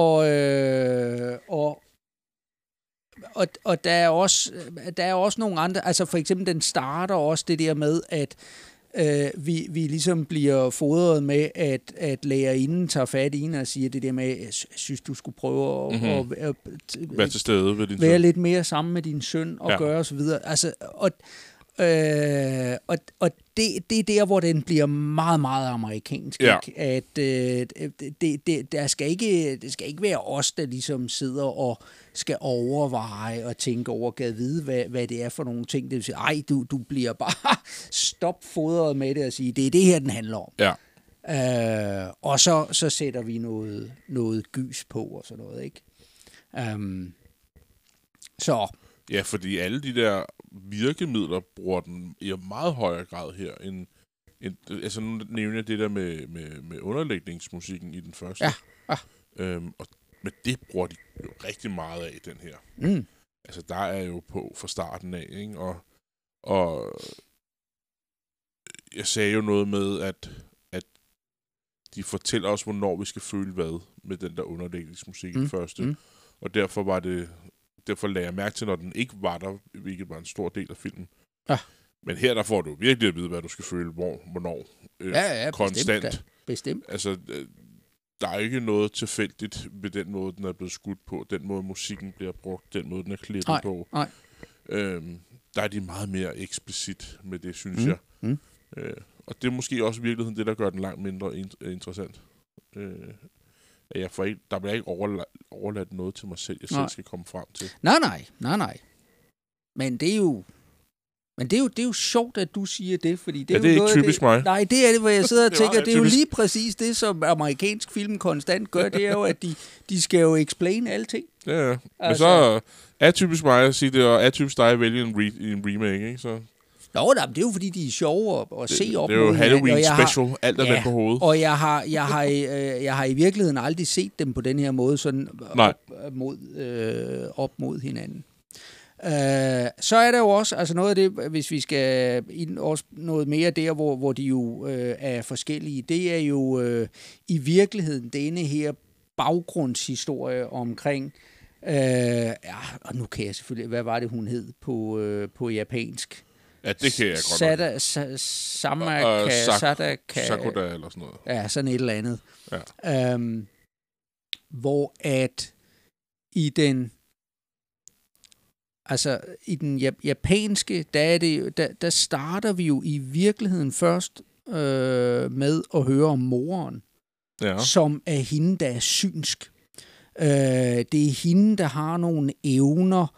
Og der er også nogle andre... Altså for eksempel, den starter også det der med, at vi ligesom bliver fodret med, at lærerinden tager fat i en og siger det der med, jeg synes, du skulle prøve at være til stede ved din være søn. lidt mere sammen med din søn og gøre og så videre. Altså, og det er der, hvor den bliver meget, meget amerikansk. Ja. At det skal ikke være os, der ligesom sidder og skal overveje og tænke over, gad vide, hvad det er for nogle ting. Det vil sige, ej, du bliver bare stopfodret med det og sige, det er det her, den handler om. Ja. Og så sætter vi noget gys på og sådan noget, ikke? Så... Ja, fordi alle de der virkemidler bruger den i meget højere grad her end altså nu nævner jeg det der med underlægningsmusikken i den første. Ja. Men det bruger de jo rigtig meget af, den her. Altså, der er jo på fra starten af, ikke? Og jeg sagde jo noget med, at de fortæller os, hvornår vi skal føle hvad med den der underlægningsmusik i den første. Og derfor lagde jeg mærke til, når den ikke var der, hvilket var en stor del af filmen. Ja. Men her, der får du virkelig at vide, hvad du skal føle, hvornår. Konstant. Bestemt. Altså, der er ikke noget tilfældigt ved den måde, den er blevet skudt på, den måde, musikken bliver brugt, den måde, den er klippet på. Nej. Der er de meget mere eksplicit med det, synes jeg. Og det er måske også i virkeligheden det, der gør den langt mindre interessant. Der bliver ikke overladt noget til mig selv, jeg selv skal komme frem til. Nej. Men det er jo sjovt, at du siger det, fordi det er det jo er noget ikke typisk mig. Nej, det er det, hvor jeg sidder og tænker, det er jo lige præcis det, som amerikansk film konstant gør, det er jo, at de skal jo explain alting. Ja. Altså, men så er typisk mig at sige det, og er typisk dig at vælge en remake, ikke? Så... Nå, det er jo fordi, de er sjove at se op. Det er jo Halloween special, alt er vendt på hovedet. Og jeg har i virkeligheden aldrig set dem på den her måde, sådan op mod hinanden. Så er der jo også altså noget af det, hvis vi skal ind også noget mere der, hvor de jo er forskellige, det er jo i virkeligheden denne her baggrundshistorie omkring, og nu kan jeg selvfølgelig, hvad var det, hun hed på japansk? Ja, det kan jeg godt nok. Sadaka, Sakuda eller sådan noget. Ja, sådan et eller andet. Ja. Hvor at i den japanske, der starter vi jo i virkeligheden først med at høre om moren, som er hende, der er synsk. Det er hende, der har nogle evner,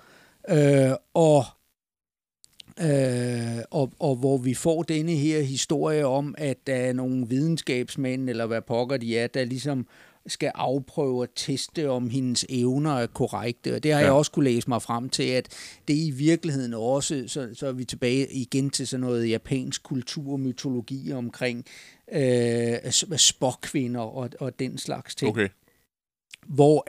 og hvor vi får denne her historie om, at der er nogle videnskabsmænd, eller hvad pokker de er, der ligesom skal afprøve at teste, om hendes evner er korrekte. Og det har jeg også kunne læse mig frem til, at det i virkeligheden også, så er vi tilbage igen til sådan noget japansk kultur og mytologi omkring spåkvinder og den slags ting. Okay. Hvor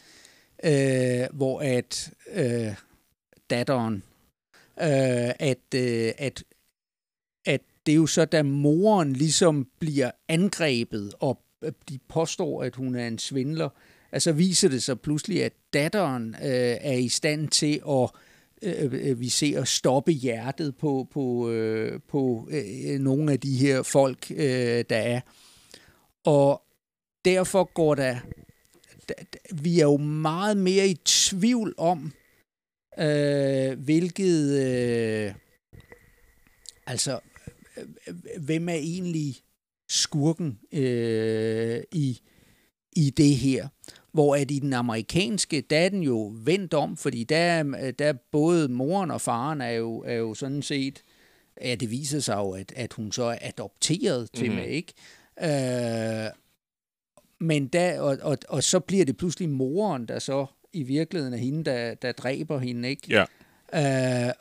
at datteren, at det er jo så, da moren ligesom bliver angrebet, og de påstår, at hun er en svindler, altså viser det sig pludselig, at datteren er i stand til at stoppe hjertet på nogle af de her folk, der er. Og derfor går vi er jo meget mere i tvivl om, hvem er egentlig skurken i det her. Hvor at i den amerikanske, der er den jo vendt om, fordi der både moren og faren er jo sådan set, ja, det viser sig jo, at hun så er adopteret til mig, ikke? Men og så bliver det pludselig moren, der så i virkeligheden er hende, der dræber hende, ikke? Ja.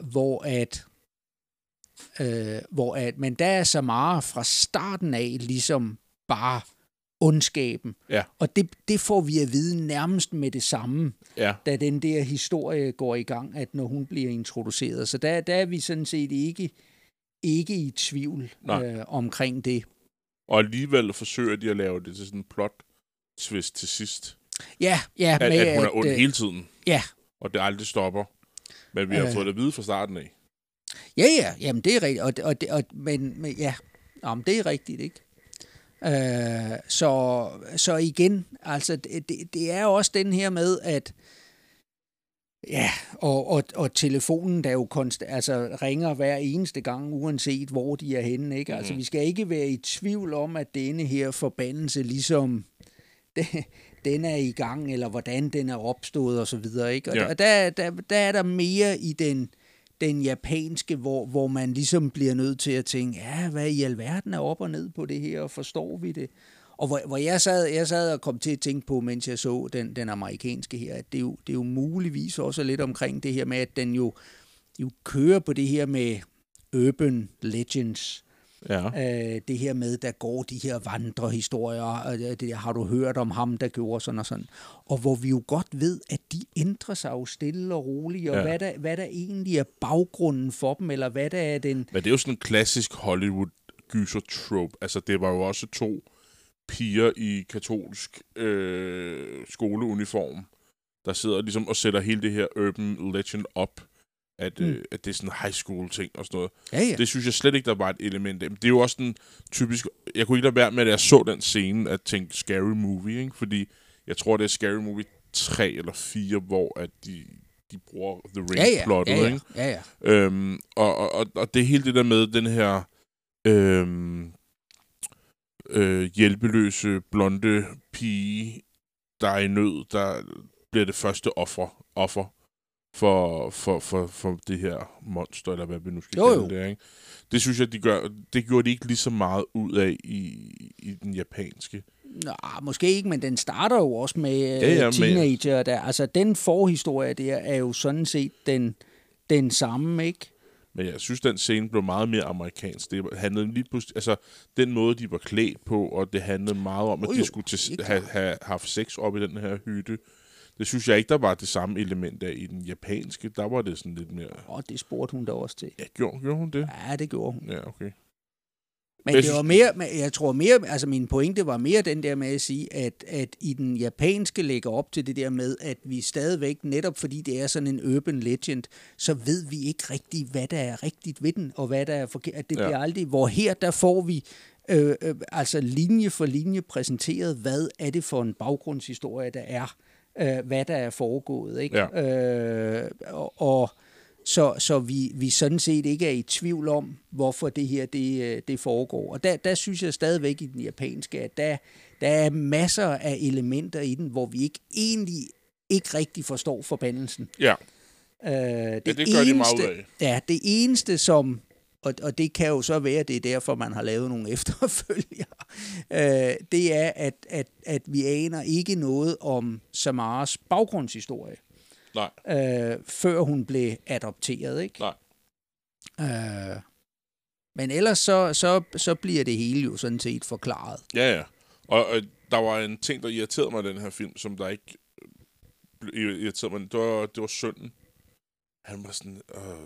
Men der er Samara fra starten af ligesom bare ondskaben. Ja. Og det får vi at vide nærmest med det samme, da den der historie går i gang, at når hun bliver introduceret. Så der er vi sådan set ikke i tvivl omkring det. Og alligevel forsøger de at lave det til sådan en plot twist til sidst. Ja. At hun er ond hele tiden. Ja. Og det aldrig stopper. Men vi har fået det at vide fra starten af. Ja. Jamen, det er rigtigt. Men det er rigtigt, ikke? Så igen, altså, det er også den her med, at og telefonen, der jo ringer hver eneste gang, uanset hvor de er henne, ikke? Altså, vi skal ikke være i tvivl om, at denne her forbandelse ligesom den er i gang, eller hvordan den er opstået, og så videre, ikke? Og der er der mere i den japanske, hvor man ligesom bliver nødt til at tænke, hvad i alverden er op og ned på det her, og forstår vi det? Og hvor jeg sad og kom til at tænke på, mens jeg så den amerikanske her, at det er jo muligvis også lidt omkring det her med, at den jo kører på det her med urban legends. Ja. Det her med, der går de her vandrehistorier, og det har du hørt om ham, der gjorde sådan og sådan. Og hvor vi jo godt ved, at de ændrer sig jo stille og roligt, og hvad der egentlig er baggrunden for dem, eller hvad der er den... Men det er jo sådan en klassisk Hollywood-gyser-trope. Altså, det var jo også 2 piger i katolsk skoleuniform, der sidder ligesom og sætter hele det her urban legend op. At det er sådan en high school ting og sådan noget. Ja. Det synes jeg slet ikke, der var et element af. Det er jo også den typisk... Jeg kunne ikke lade være med, at jeg så den scene, at tænke Scary Movie, ikke? Fordi jeg tror, det er Scary Movie 3 eller 4, hvor at de bruger The Ring-plottet, ikke? Ja. Og det er hele det der med den her hjælpeløse, blonde pige, der er i nød, der bliver det første offer for det her monster, eller hvad vi nu skal kalde det, ikke? Det synes jeg, det gjorde de ikke lige så meget ud af i den japanske. Nå, måske ikke, men den starter jo også med teenager. Der. Altså, den forhistorie der er jo sådan set den samme, ikke? Men jeg synes, den scene blev meget mere amerikansk. Det handlede lige pludselig... Altså, den måde, de var klædt på, og det handlede meget om, at de skulle have haft sex op i den her hytte. Det synes jeg ikke, der var det samme element af i den japanske. Der var det sådan lidt mere... Det spurgte hun da også til. Ja, gjorde hun det? Ja, det gjorde hun. Ja, okay. Men det var mere, jeg tror mere, altså min pointe var mere den der med at sige, at i den japanske lægger op til det der med, at vi stadigvæk, netop fordi det er sådan en urban legend, så ved vi ikke rigtigt, hvad der er rigtigt ved den, og hvad der er forkert. Det bliver aldrig, hvor her, der får vi altså linje for linje præsenteret, hvad er det for en baggrundshistorie, der er, hvad der er foregået, ikke? Ja. Så vi sådan set ikke er i tvivl om, hvorfor det her det foregår. Og der synes jeg stadigvæk i den japanske, at der er masser af elementer i den, hvor vi egentlig ikke rigtig forstår forbandelsen. Ja. Det gør de meget ud af. Ja, det eneste som, og det kan jo så være, det er derfor, man har lavet nogle efterfølgere, det er, at vi aner ikke noget om Samaras baggrundshistorie. Nej. Før hun blev adopteret, ikke? Nej. Men ellers så bliver det hele jo sådan set forklaret. Ja. Og der var en ting, der irriterede mig i den her film, som der ikke irriterede mig. Det var sønnen. Han var sådan...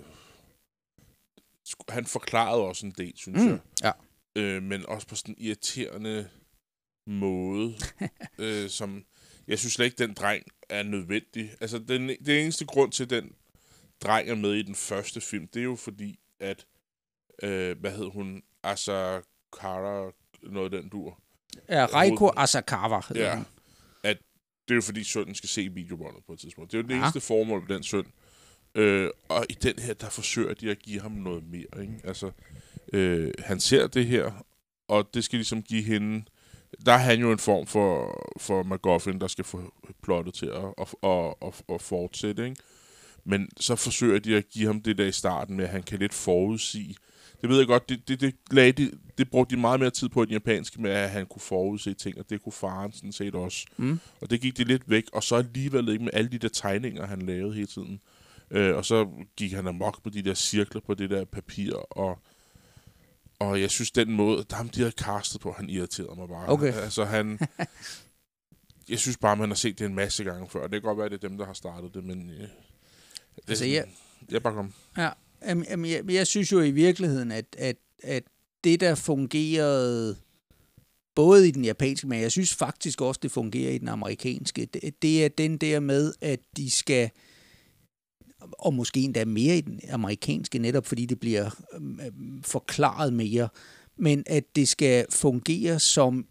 han forklarede også en del, synes jeg. Ja. Men også på sådan en irriterende måde, som... Jeg synes slet ikke, den dreng er nødvendig. Altså, det eneste grund til, at den dreng er med i den første film, det er jo fordi, at... hvad hed hun? Asakara, noget af den dur. Ja, Reiko Asakawa hedder Ja, hun. at det er jo fordi, sønnen skal se videobåndet på et tidspunkt. Det er jo det eneste formål med den søn. Og i den her, der forsøger de at give ham noget mere, ikke? Altså, han ser det her, og det skal ligesom give hende... Der er han jo en form for MacGuffin, der skal få plottet til at fortsætte, ikke? Men så forsøger de at give ham det der i starten med, at han kan lidt forudsige. Det ved jeg godt, det brugte de meget mere tid på i den japanske med, at han kunne forudse ting, og det kunne faren sådan set også. Og det gik det lidt væk, og så alligevel ikke med alle de der tegninger, han lavede hele tiden. Og så gik han amok på de der cirkler på det der papir, og jeg synes, den måde, de havde castet på, han irriterede mig bare. Okay. Altså, jeg synes bare, man har set det en masse gange før. Det kan godt være, det er dem, der har startet det, men... Jeg bare kom. Ja, jeg synes jo i virkeligheden, at det, der fungerede både i den japanske, men jeg synes faktisk også, det fungerer i den amerikanske, det er den der med, at de skal... og måske endda mere i den amerikanske, netop fordi det bliver forklaret mere, men at det skal fungere som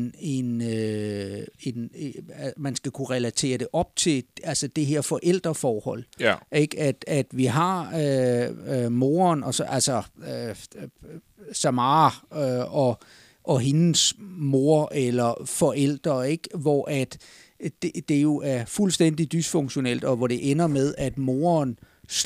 man skal kunne relatere det op til altså det her forældreforhold. Ja. Ikke? At vi har moren, og så, altså Samara og hendes mor eller forældre, ikke? Hvor at det jo er fuldstændig dysfunktionelt, og hvor det ender med, at moren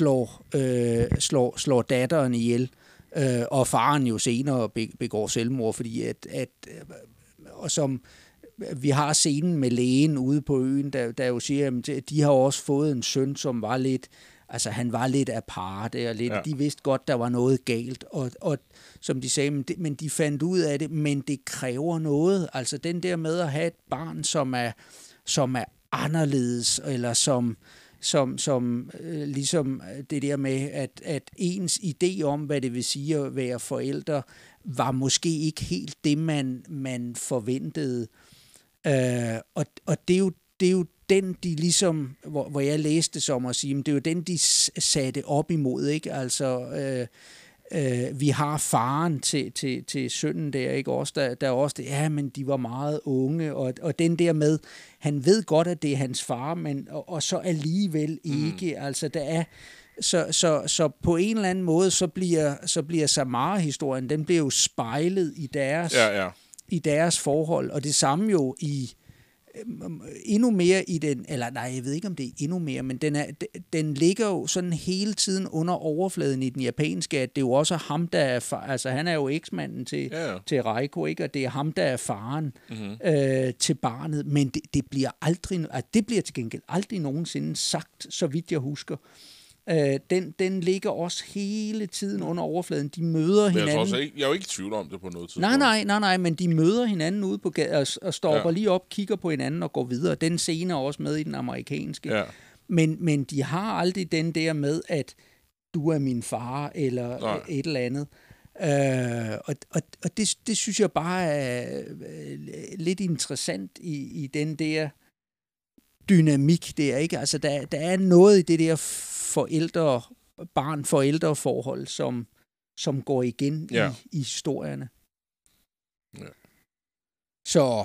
slår datteren ihjel, og faren jo senere begår selvmord, fordi og som vi har scenen med lægen ude på øen, der jo siger, at de har også fået en søn, som var lidt, altså han var lidt aparte, og lidt, de vidste godt, der var noget galt, og som de sagde, men de fandt ud af det, men det kræver noget, altså den der med at have et barn, som er anderledes, eller som ligesom det der med, at ens idé om, hvad det vil sige at være forældre, var måske ikke helt det, man forventede. Og det er jo den, de ligesom, hvor jeg læste som at sige, det er jo den, de satte op imod, ikke? Altså, vi har faren til sønnen der, ikke? Også der også det, ja, men de var meget unge, og den der med, han ved godt, at det er hans far, men og så alligevel ikke, altså der er, så på en eller anden måde, så bliver Samara-historien, den bliver jo spejlet i deres forhold, og det samme jo i endnu mere i den, eller nej, jeg ved ikke, om det er endnu mere, men den ligger jo sådan hele tiden under overfladen i den japanske, at det er jo også ham, der er far, altså han er jo eksmanden til Reiko, ikke? Og det er ham, der er faren til barnet, men det bliver aldrig, det bliver til gengæld aldrig nogensinde sagt, så vidt jeg husker, Den ligger også hele tiden under overfladen. De møder Men hinanden. jeg er jo ikke i tvivl om det på noget tidspunkt. Nej, men de møder hinanden ude på gaden og stopper lige op, kigger på hinanden og går videre. Den scene er også med i den amerikanske. Ja. Men de har aldrig den der med, at du er min far, eller et eller andet. Og det synes jeg bare er lidt interessant i den der dynamik der, ikke? Altså, der er noget i det der barn-forældreforhold, som går igen i historierne. Ja. Så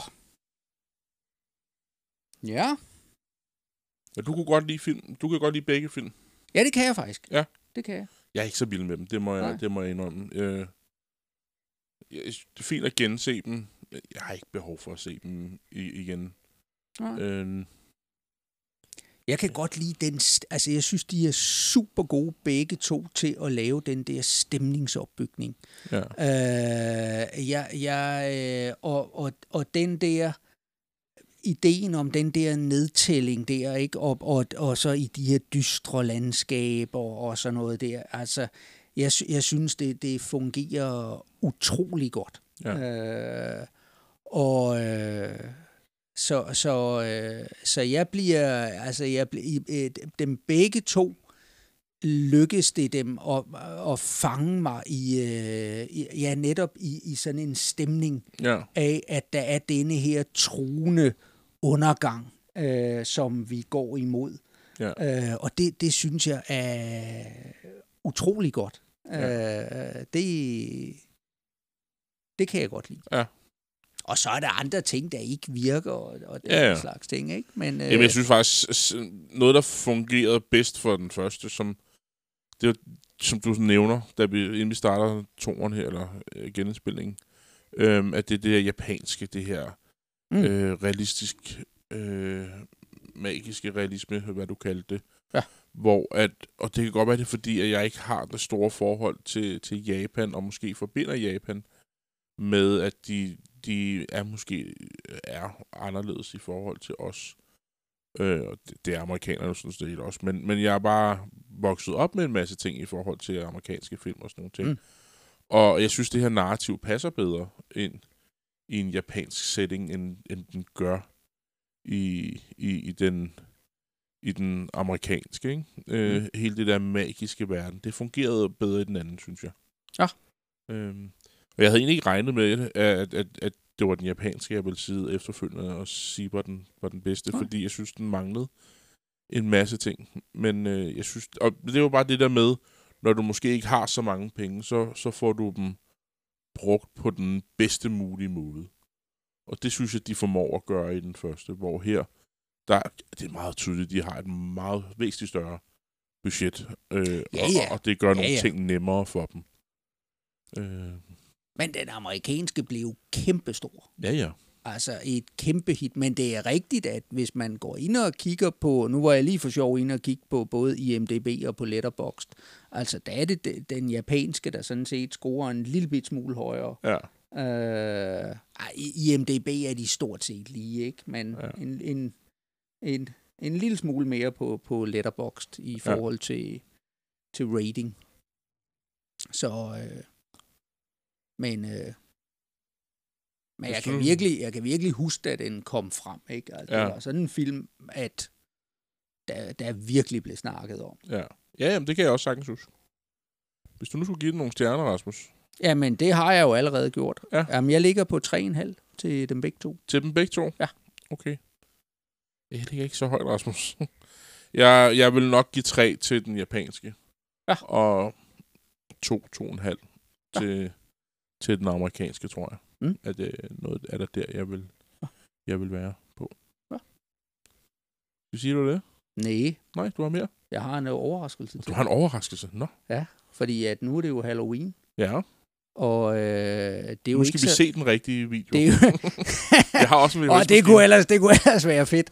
ja. Ja, du kunne godt lide film. Du kan godt lide begge film. Ja, det kan jeg faktisk. Ja. Det kan jeg. Jeg er ikke så vild med dem, det må jeg indrømme. Det er fint at gense dem. Jeg har ikke behov for at se dem igen. Jeg kan godt lide den... Altså, jeg synes, de er super gode begge to til at lave den der stemningsopbygning. Ja. Og den der... Ideen om den der nedtælling der, ikke? Og så i de her dystre landskaber og sådan noget der. Altså, jeg synes, det fungerer utrolig godt. Ja. Så jeg bliver... Altså, dem begge to lykkes det dem at fange mig netop i sådan en stemning af, at der er denne her truende undergang, som vi går imod. Ja. Og det synes jeg er utrolig godt. Det kan jeg godt lide. Ja. Og så er der andre ting, der ikke virker, og den slags ting, ikke? Men, Jamen, jeg synes faktisk, noget, der fungerede bedst for den første, som du nævner, inden vi starter toren her, eller genindspillingen, at det er det her japanske, det her realistisk, magiske realisme, hvad du kaldte det. Ja. Og det kan godt være, det er fordi, at jeg ikke har det store forhold til Japan, og måske forbinder Japan med, at de er anderledes i forhold til os. Det er amerikanerne, synes det også. Men jeg er bare vokset op med en masse ting i forhold til amerikanske film og sådan nogle ting. Og jeg synes, det her narrativ passer bedre ind i en japansk setting, end den gør i den amerikanske. Ikke? Hele det der magiske verden, det fungerede bedre i den anden, synes jeg. Ja. Og jeg havde egentlig ikke regnet med, at det var den japanske, jeg ville sige efterfølgende og sige, var den bedste, fordi jeg synes, den manglede en masse ting. Men jeg synes, og det var bare det der med, når du måske ikke har så mange penge, så får du dem brugt på den bedste mulige måde. Og det synes jeg, de formår at gøre i den første, hvor her, det er meget tydeligt, de har et meget væsentligt større budget, og det gør nogle ting nemmere for dem. Men den amerikanske blev kæmpestor. Ja. Altså et kæmpe hit, men det er rigtigt, at hvis man går ind og kigger på, nu var jeg lige for sjov inde og kigge på både IMDb og på Letterboxd, altså der er det den japanske, der sådan set scorer en lille bit smule højere. Ja. IMDb er de stort set lige, ikke? Men en lille smule mere på Letterboxd i forhold til rating. Så... Men jeg kan virkelig huske, at den kom frem, ikke? Altså, det var sådan en film, at der virkelig blev snakket om. Ja, jamen, det kan jeg også sagtens huske. Hvis du nu skulle give den nogle stjerner, Rasmus. Jamen, det har jeg jo allerede gjort. Ja. Jamen, jeg ligger på 3,5 til dem begge to. Til dem begge to? Ja. Okay. Det ligger ikke så højt, Rasmus. Jeg vil nok give 3 til den japanske. Ja. Og 2,5 til den amerikanske, tror jeg. At noget er der jeg vil være på. Ja. Siger du det? Nej, du har mere? Jeg har en overraskelse. Du har en overraskelse? Nå. Ja, fordi at nu er det jo Halloween. Ja. Og det er jo nu skal vi se den rigtige video. Det er jo jeg har også og det kunne ellers være fedt.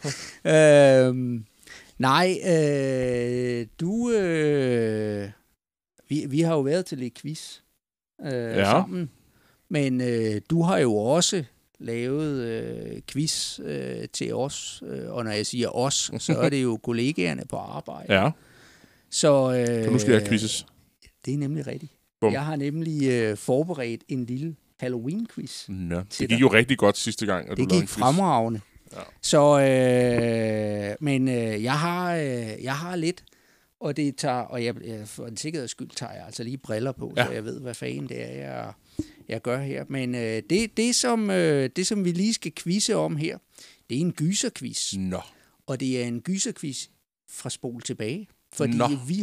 Vi har jo været til lidt quiz sammen. Men du har jo også lavet quiz til os. Og når jeg siger os, så er det jo kollegaerne på arbejde. Ja. Så nu skal jeg quizzes. Det er nemlig rigtigt. Bum. Jeg har nemlig forberedt en lille Halloween-quiz. Nå, det gik jo rigtig godt sidste gang. At Det du gik fremragende. Ja. Så, jeg har lidt, og det tager, og jeg for en sikkerheds skyld tager jeg altså lige briller på, så jeg ved, hvad fanden det er, jeg gør her. Men det, som vi lige skal quizze om her, det er en gyserquiz. Nå. Og det er en gyserquiz fra Spol tilbage. Fordi vi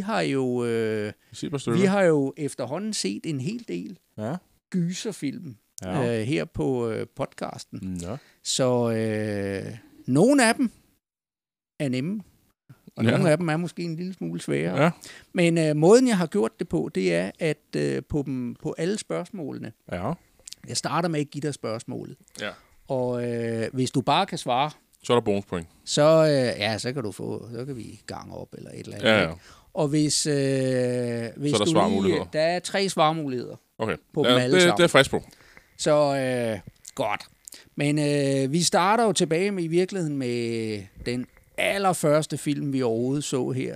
har jo efterhånden set en hel del gyserfilm her på podcasten. Nå. Så nogle af dem er nemme, og nogle af dem er måske en lille smule sværere. Ja. Men måden, jeg har gjort det på, det er, at på alle spørgsmålene, jeg starter med at give dig spørgsmålet. Ja. Og hvis du bare kan svare, så er der bonuspoint. Så kan du så kan vi gange op eller et eller andet. Ja. Og hvis så er der svarmuligheder. Der er 3 svarmuligheder. Okay. På dem alle sammen. Det er frisk på. Så godt. Men vi starter jo tilbage med i virkeligheden med den allerførste film, vi overhovedet så her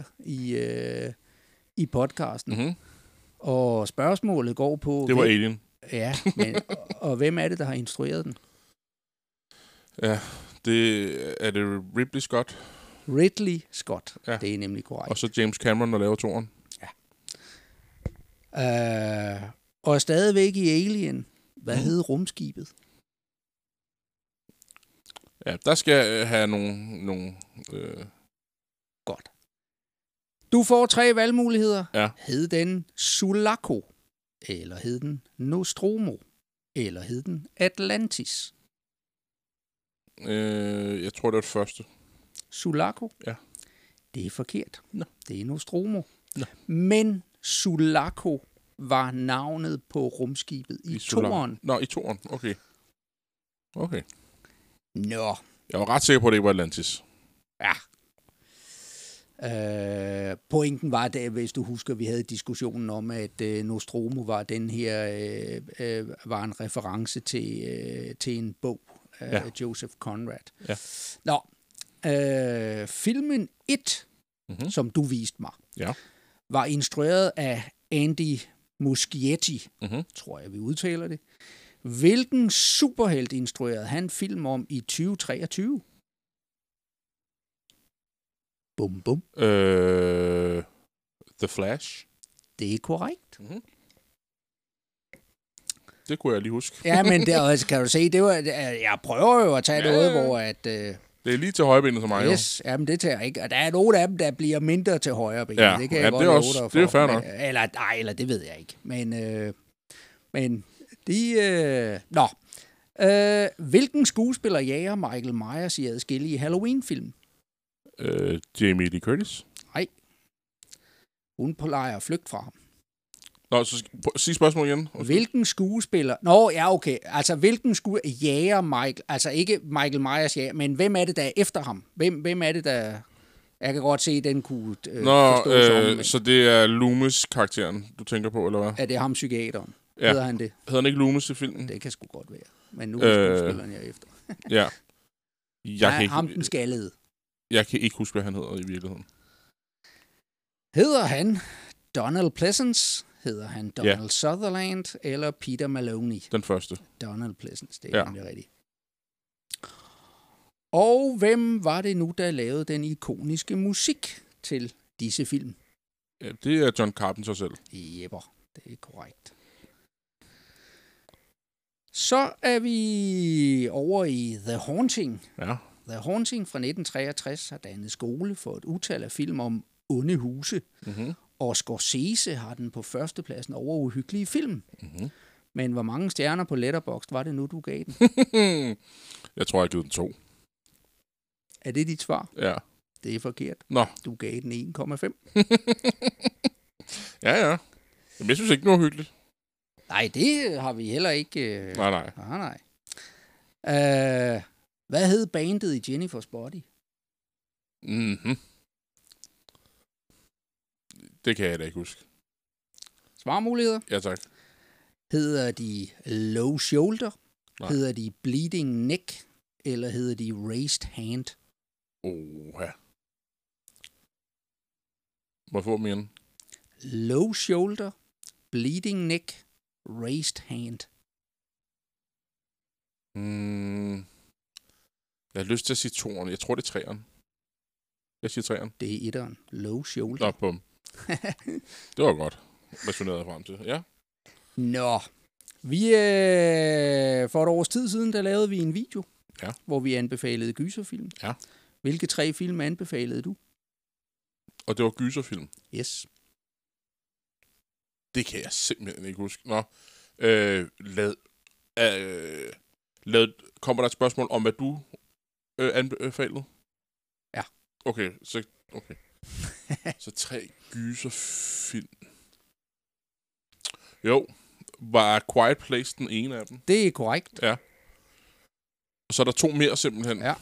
i podcasten. Mm-hmm. Og spørgsmålet går på... Det var Alien. Ja, og hvem er det, der har instrueret den? Ja, er det Ridley Scott? Ridley Scott, det er nemlig korrekt. Og så James Cameron, der laver toren. Ja. Og stadigvæk i Alien, hvad hed rumskibet? Ja, der skal jeg have nogle Godt. Du får 3 valgmuligheder. Ja. Hed den Sulaco? Eller hed den Nostromo? Eller hed den Atlantis? Jeg tror, det var det første. Sulaco? Ja. Det er forkert. Nå. Det er Nostromo. Nå. Men Sulaco var navnet på rumskibet i toren. Nå, i toren. Okay. Nå. Jeg var ret sikker på, at det ikke var Atlantis. Ja. Pointen var, at hvis du husker, vi havde diskussionen om, at Nostromo var den her var en reference til en bog af Joseph Conrad. Ja. Nå, filmen 1, som du viste mig, var instrueret af Andy Muschietti, tror jeg, vi udtaler det. Hvilken superhelt instruerede han film om i 2023? Bum, bum. The Flash. Det er korrekt. Mm-hmm. Det kunne jeg lige huske. Ja, men det, kan du se, det var, jeg prøver jo at tage noget, hvor at... det er lige til højrebenet for mig, yes, jo. Jamen det tager jeg ikke. Og der er nogle af dem, der bliver mindre til højrebenet. Ja, det kan jeg godt det er også, love dig for. Det er fair nok. Eller det ved jeg ikke. Men hvilken skuespiller jager Michael Myers i adskillige Halloween-film? Jamie Lee Curtis? Nej. Hun på lejer flygt fra ham. Nå, så sig spørgsmål igen. Hvilken skuespiller... Nå, ja, okay. Altså, hvilken skuespiller jager Michael... Altså, ikke Michael Myers jager, men hvem er det, der er efter ham? Hvem er det, der... Jeg kan godt se, at den kunne forstås så det er Loomis-karakteren, du tænker på, eller hvad? Er det ham, psykiateren? Ja. Hedder han det? Hedder han ikke Loomis i filmen? Det kan sgu godt være. Men nu er skuespilleren jeg efter. Ja. Ham den skaldede. Jeg kan ikke huske, hvad han hedder i virkeligheden. Hedder han Donald Pleasence? Hedder han Donald Sutherland? Eller Peter Maloney? Den første. Donald Pleasence, det er nemlig rigtigt. Og hvem var det nu, der lavede den ikoniske musik til disse film? Ja, det er John Carpenter selv. Jepper, det er korrekt. Så er vi over i The Haunting. Ja. The Haunting fra 1963 har dannet skole for et utal af film om onde huse. Mm-hmm. Og Scorsese har den på førstepladsen over uhyggelige film. Mm-hmm. Men hvor mange stjerner på Letterboxd var det nu, du gav den? Jeg tror, jeg gav den 2. Er det dit svar? Ja. Det er forkert. Nå. Du gav den 1,5. Ja. Men jeg synes ikke, det var hyggeligt. Nej, det har vi heller ikke. Nej. Hvad hed bandet i Jennifer's Body? Mhm. Det kan jeg da ikke huske. Svarmuligheder? Ja, tak. Hedder de Low Shoulder? Nej. Hedder de Bleeding Neck? Eller hedder de Raised Hand? Ja. Må jeg få dem igen? Low shoulder, bleeding neck, raised hand. Jeg har lyst til at sige 2'eren. Jeg tror, det er 3'eren. Jeg siger 3'eren. Det er 1'eren. Low shoulder. Nå, bum. Det var godt. Resoneret frem til. Ja. Nå. Vi, for et års tid siden, der lavede vi en video, hvor vi anbefalede gyserfilm. Ja. Hvilke 3 film anbefalede du? Og det var gyserfilm. Yes. Det kan jeg simpelthen ikke huske. Nå. Kommer der et spørgsmål om, hvad du anbefalede? Ja. Okay. Så 3 gyserfilm. Jo. Var Quiet Place den ene af dem? Det er korrekt. Ja. Og så er der 2 mere simpelthen. Ja.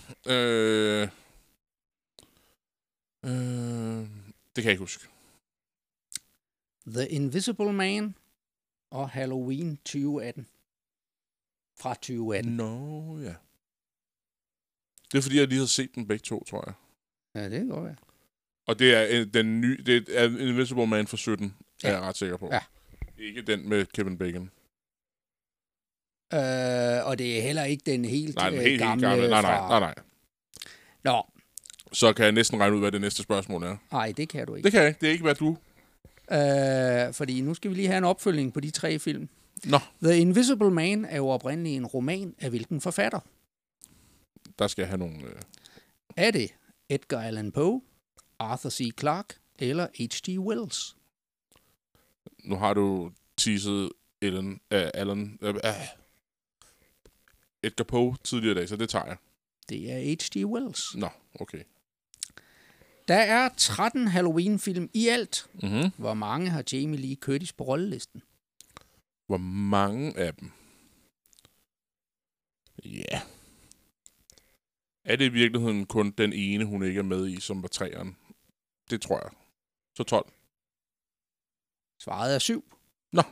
Det kan jeg ikke huske. The Invisible Man og Halloween 2018. Fra 2018. Nå, ja. Det er fordi, jeg lige har set dem begge to, tror jeg. Ja, det kan godt være. Og det er den nye, det er Invisible Man fra 17, er jeg ret sikker på. Ja. Ikke den med Kevin Bacon. Og det er heller ikke den helt gamle. Helt gamle. Nej. Nå. Så kan jeg næsten regne ud, hvad det næste spørgsmål er. Nej, det kan du ikke. Det kan jeg ikke. Det er ikke, hvad du... Fordi nu skal vi lige have en opfølging på de 3 film. Nå. The Invisible Man er jo oprindeligt en roman af hvilken forfatter? Der skal jeg have nogle... Er det Edgar Allan Poe, Arthur C. Clarke eller H.G. Wells? Nu har du teaset Edgar Poe tidligere i dag, så det tager jeg. Det er H.G. Wells. Nå, okay. Der er 13 Halloween-film i alt. Mm-hmm. Hvor mange har Jamie Lee Curtis på rollelisten? Hvor mange af dem? Ja. Er det i virkeligheden kun den ene, hun ikke er med i, som var 3'eren? Det tror jeg. Så 12. Svaret er 7. Nå.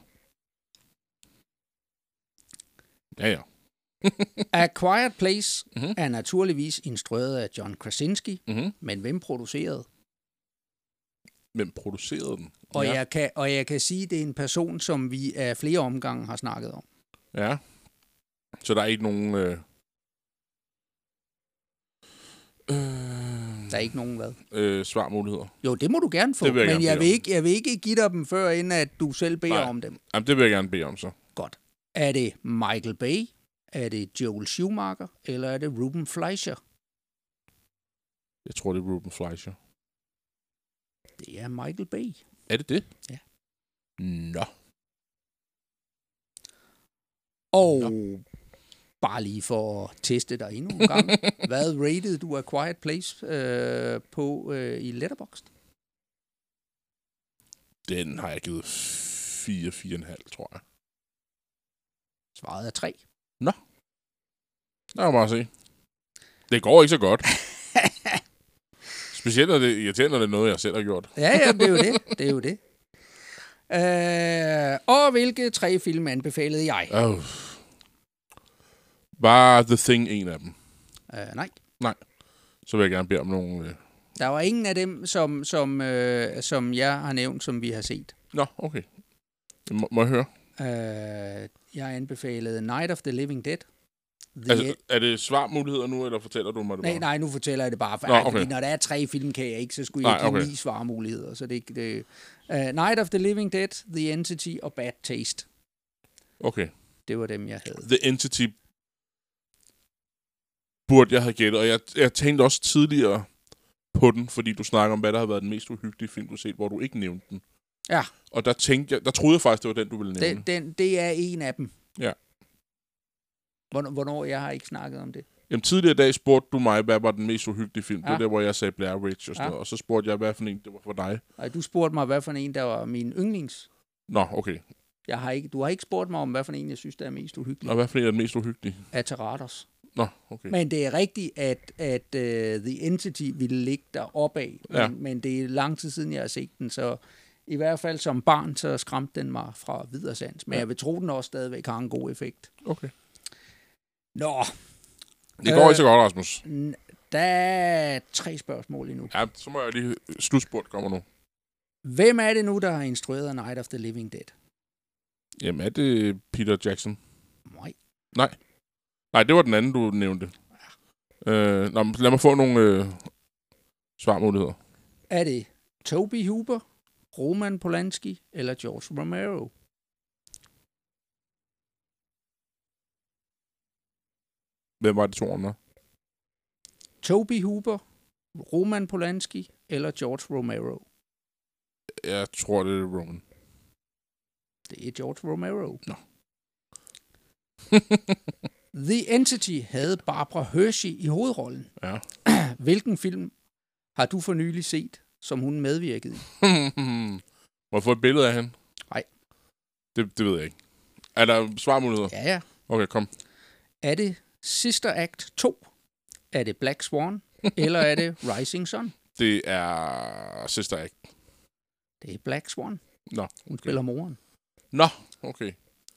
Ja. A Quiet Place er naturligvis instrueret af John Krasinski, men hvem producerede? Hvem producerede den? Og jeg kan sige, at det er en person, som vi af flere omgange har snakket om. Ja. Så der er ikke nogen... Der er ikke nogen hvad? Svarmuligheder. Jo, det må du gerne få, men jeg vil ikke give dig dem før, inden at du selv beder om dem. Jamen, det vil jeg gerne bede om, så. Godt. Er det Michael Bay? Er det Joel Schumacher? Eller er det Ruben Fleischer? Jeg tror, det er Ruben Fleischer. Det er Michael Bay. Er det det? Ja. Nå. Og bare lige for at teste dig endnu en gang. Hvad rated du A Quiet Place på i Letterboxd? Den har jeg givet 4,5, tror jeg. Svaret er 3. Nå. Der kan man bare se. Det går ikke så godt. Specielt når det irriterende, når det er noget, jeg selv har gjort. Ja, det er jo det. Det er jo det. Og hvilke 3 film anbefalede jeg? Var The Thing en af dem? Nej. Så vil jeg gerne bede om nogle... Der var ingen af dem, som jeg har nævnt, som vi har set. Nå, okay. Må jeg høre? Jeg anbefalede Night of the Living Dead. Er det svarmuligheder nu, eller fortæller du mig det bare? Nej, nu fortæller jeg det bare. Fordi når der er 3 film, kan jeg ikke, så skulle jeg give 9 svarmuligheder. Så det Night of the Living Dead, The Entity og Bad Taste. Okay. Det var dem, jeg havde. The Entity burde jeg have gættet, og jeg tænkte også tidligere på den, fordi du snakker om, hvad der har været den mest uhyggelige film, du har set, hvor du ikke nævnte den. Ja. Og der troede jeg faktisk, det var den, du ville nævne. Det er en af dem. Ja. Hvornår? Jeg har ikke snakket om det. Jamen, tidligere i dag spurgte du mig, hvad var den mest uhyggelige film. Det var der, hvor jeg sagde Blair Witch og sådan noget. Og så spurgte jeg, hvad for en det var for dig. Nej, du spurgte mig, hvad for en, der var min yndlings. Nå, okay. Du har ikke spurgt mig om, hvad for en, jeg synes, der er mest uhyggelig. Og hvad for en er den mest uhyggelige? Ateratos. Nå, okay. Men det er rigtigt, at The Entity ville ligge der opad. Men det er lang tid siden, jeg har set den, så i hvert fald som barn, så skræmte den mig fra videresands. Men jeg vil tro, den også stadigvæk har en god effekt. Okay. Nå. Det går ikke så godt, Rasmus. Der er 3 spørgsmål endnu. Ja, så må jeg lige... Slutspurt kommer nu. Hvem er det nu, der har instrueret A Night of the Living Dead? Jamen, er det Peter Jackson? Nej. Nej, det var den anden, du nævnte. Lad mig få nogle svarmuligheder. Er det Tobe Hooper, Roman Polanski eller George Romero? Hvem var det to andre? Tobe Hooper, Roman Polanski eller George Romero? Jeg tror, det er Roman. Det er George Romero. Nå. The Entity havde Barbara Hershey i hovedrollen. Ja. Hvilken film har du for nylig set, som hun medvirkede i? Må jeg få et billede af hende? Nej. Det ved jeg ikke. Er der svarmuligheder? Ja. Okay, kom. Er det Sister Act 2? Er det Black Swan? Eller er det Rising Sun? Det er Sister Act. Det er Black Swan. Nå. Hun spiller moren. Nå, okay.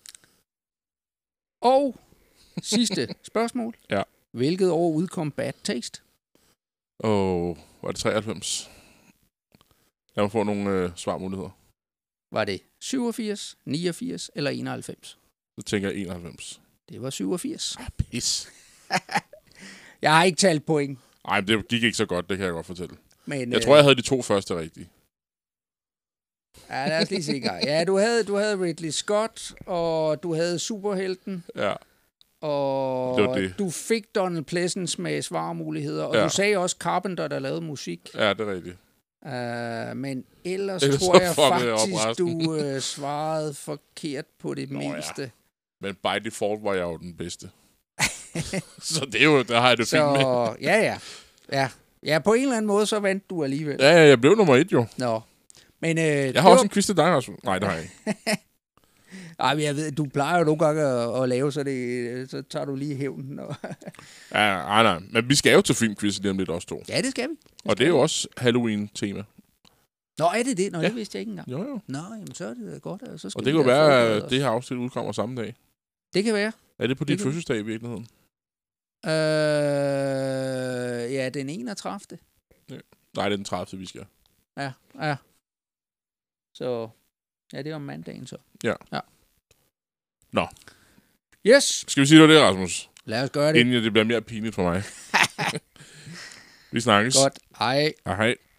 Og sidste spørgsmål. Ja. Hvilket år udkom Bad Taste? Var det 93? Lad mig få nogle svarmuligheder. Var det 87, 89 eller 91? Så tænker jeg 91. Det var 87. Pis. Jeg har ikke talt point. Nej, men det gik ikke så godt, det kan jeg godt fortælle. Men, Jeg tror, jeg havde de to første rigtige. Ja, lad os lige se engang. Ja, du havde Ridley Scott, og du havde Superhelten. Ja. Og Det var det. du fik Donald Pleasence med svarmuligheder, og Ja. du sagde også Carpenter, der lavede musik. Ja, det er rigtigt. Men ellers Ellers tror så jeg fuckede jeg op faktisk, resten. du svarede forkert på det meste. Ja. Men by default var jeg jo den bedste. Så det er jo, der har jeg det fint med. Så ja, på en eller anden måde, så vandt du alligevel. Ja, jeg blev nummer 1 jo. Nå. Men, Jeg har også en quiz til dig, Rasmus. Nej, det har jeg ikke. Ej, men jeg ved, du plejer jo nogle gange at lave, så tager du lige hævnen. Og Ja, nej. Men vi skal jo til filmquiz lige om lidt også to. ja, det skal vi. Og det er jo også Halloween-tema. Nå, er det det? Nå, Ja. det vidste jeg ikke engang. Jo. Nå, jamen, så er det da godt. Så skal Og det vi kan da være, forberede at os. det her afsnit udkommer samme dag. Det kan være. Er det på Det din kan- fødselsdag i virkeligheden? Ja, den 31. Nej, det er den 30. vi skal. Ja. Så, ja, det er om mandagen så. Ja. Nå. Yes, Skal vi sige, det var det, Rasmus? lad os gøre det. Inden det bliver mere pinligt for mig. Vi snakkes. Godt. Hej. Hej.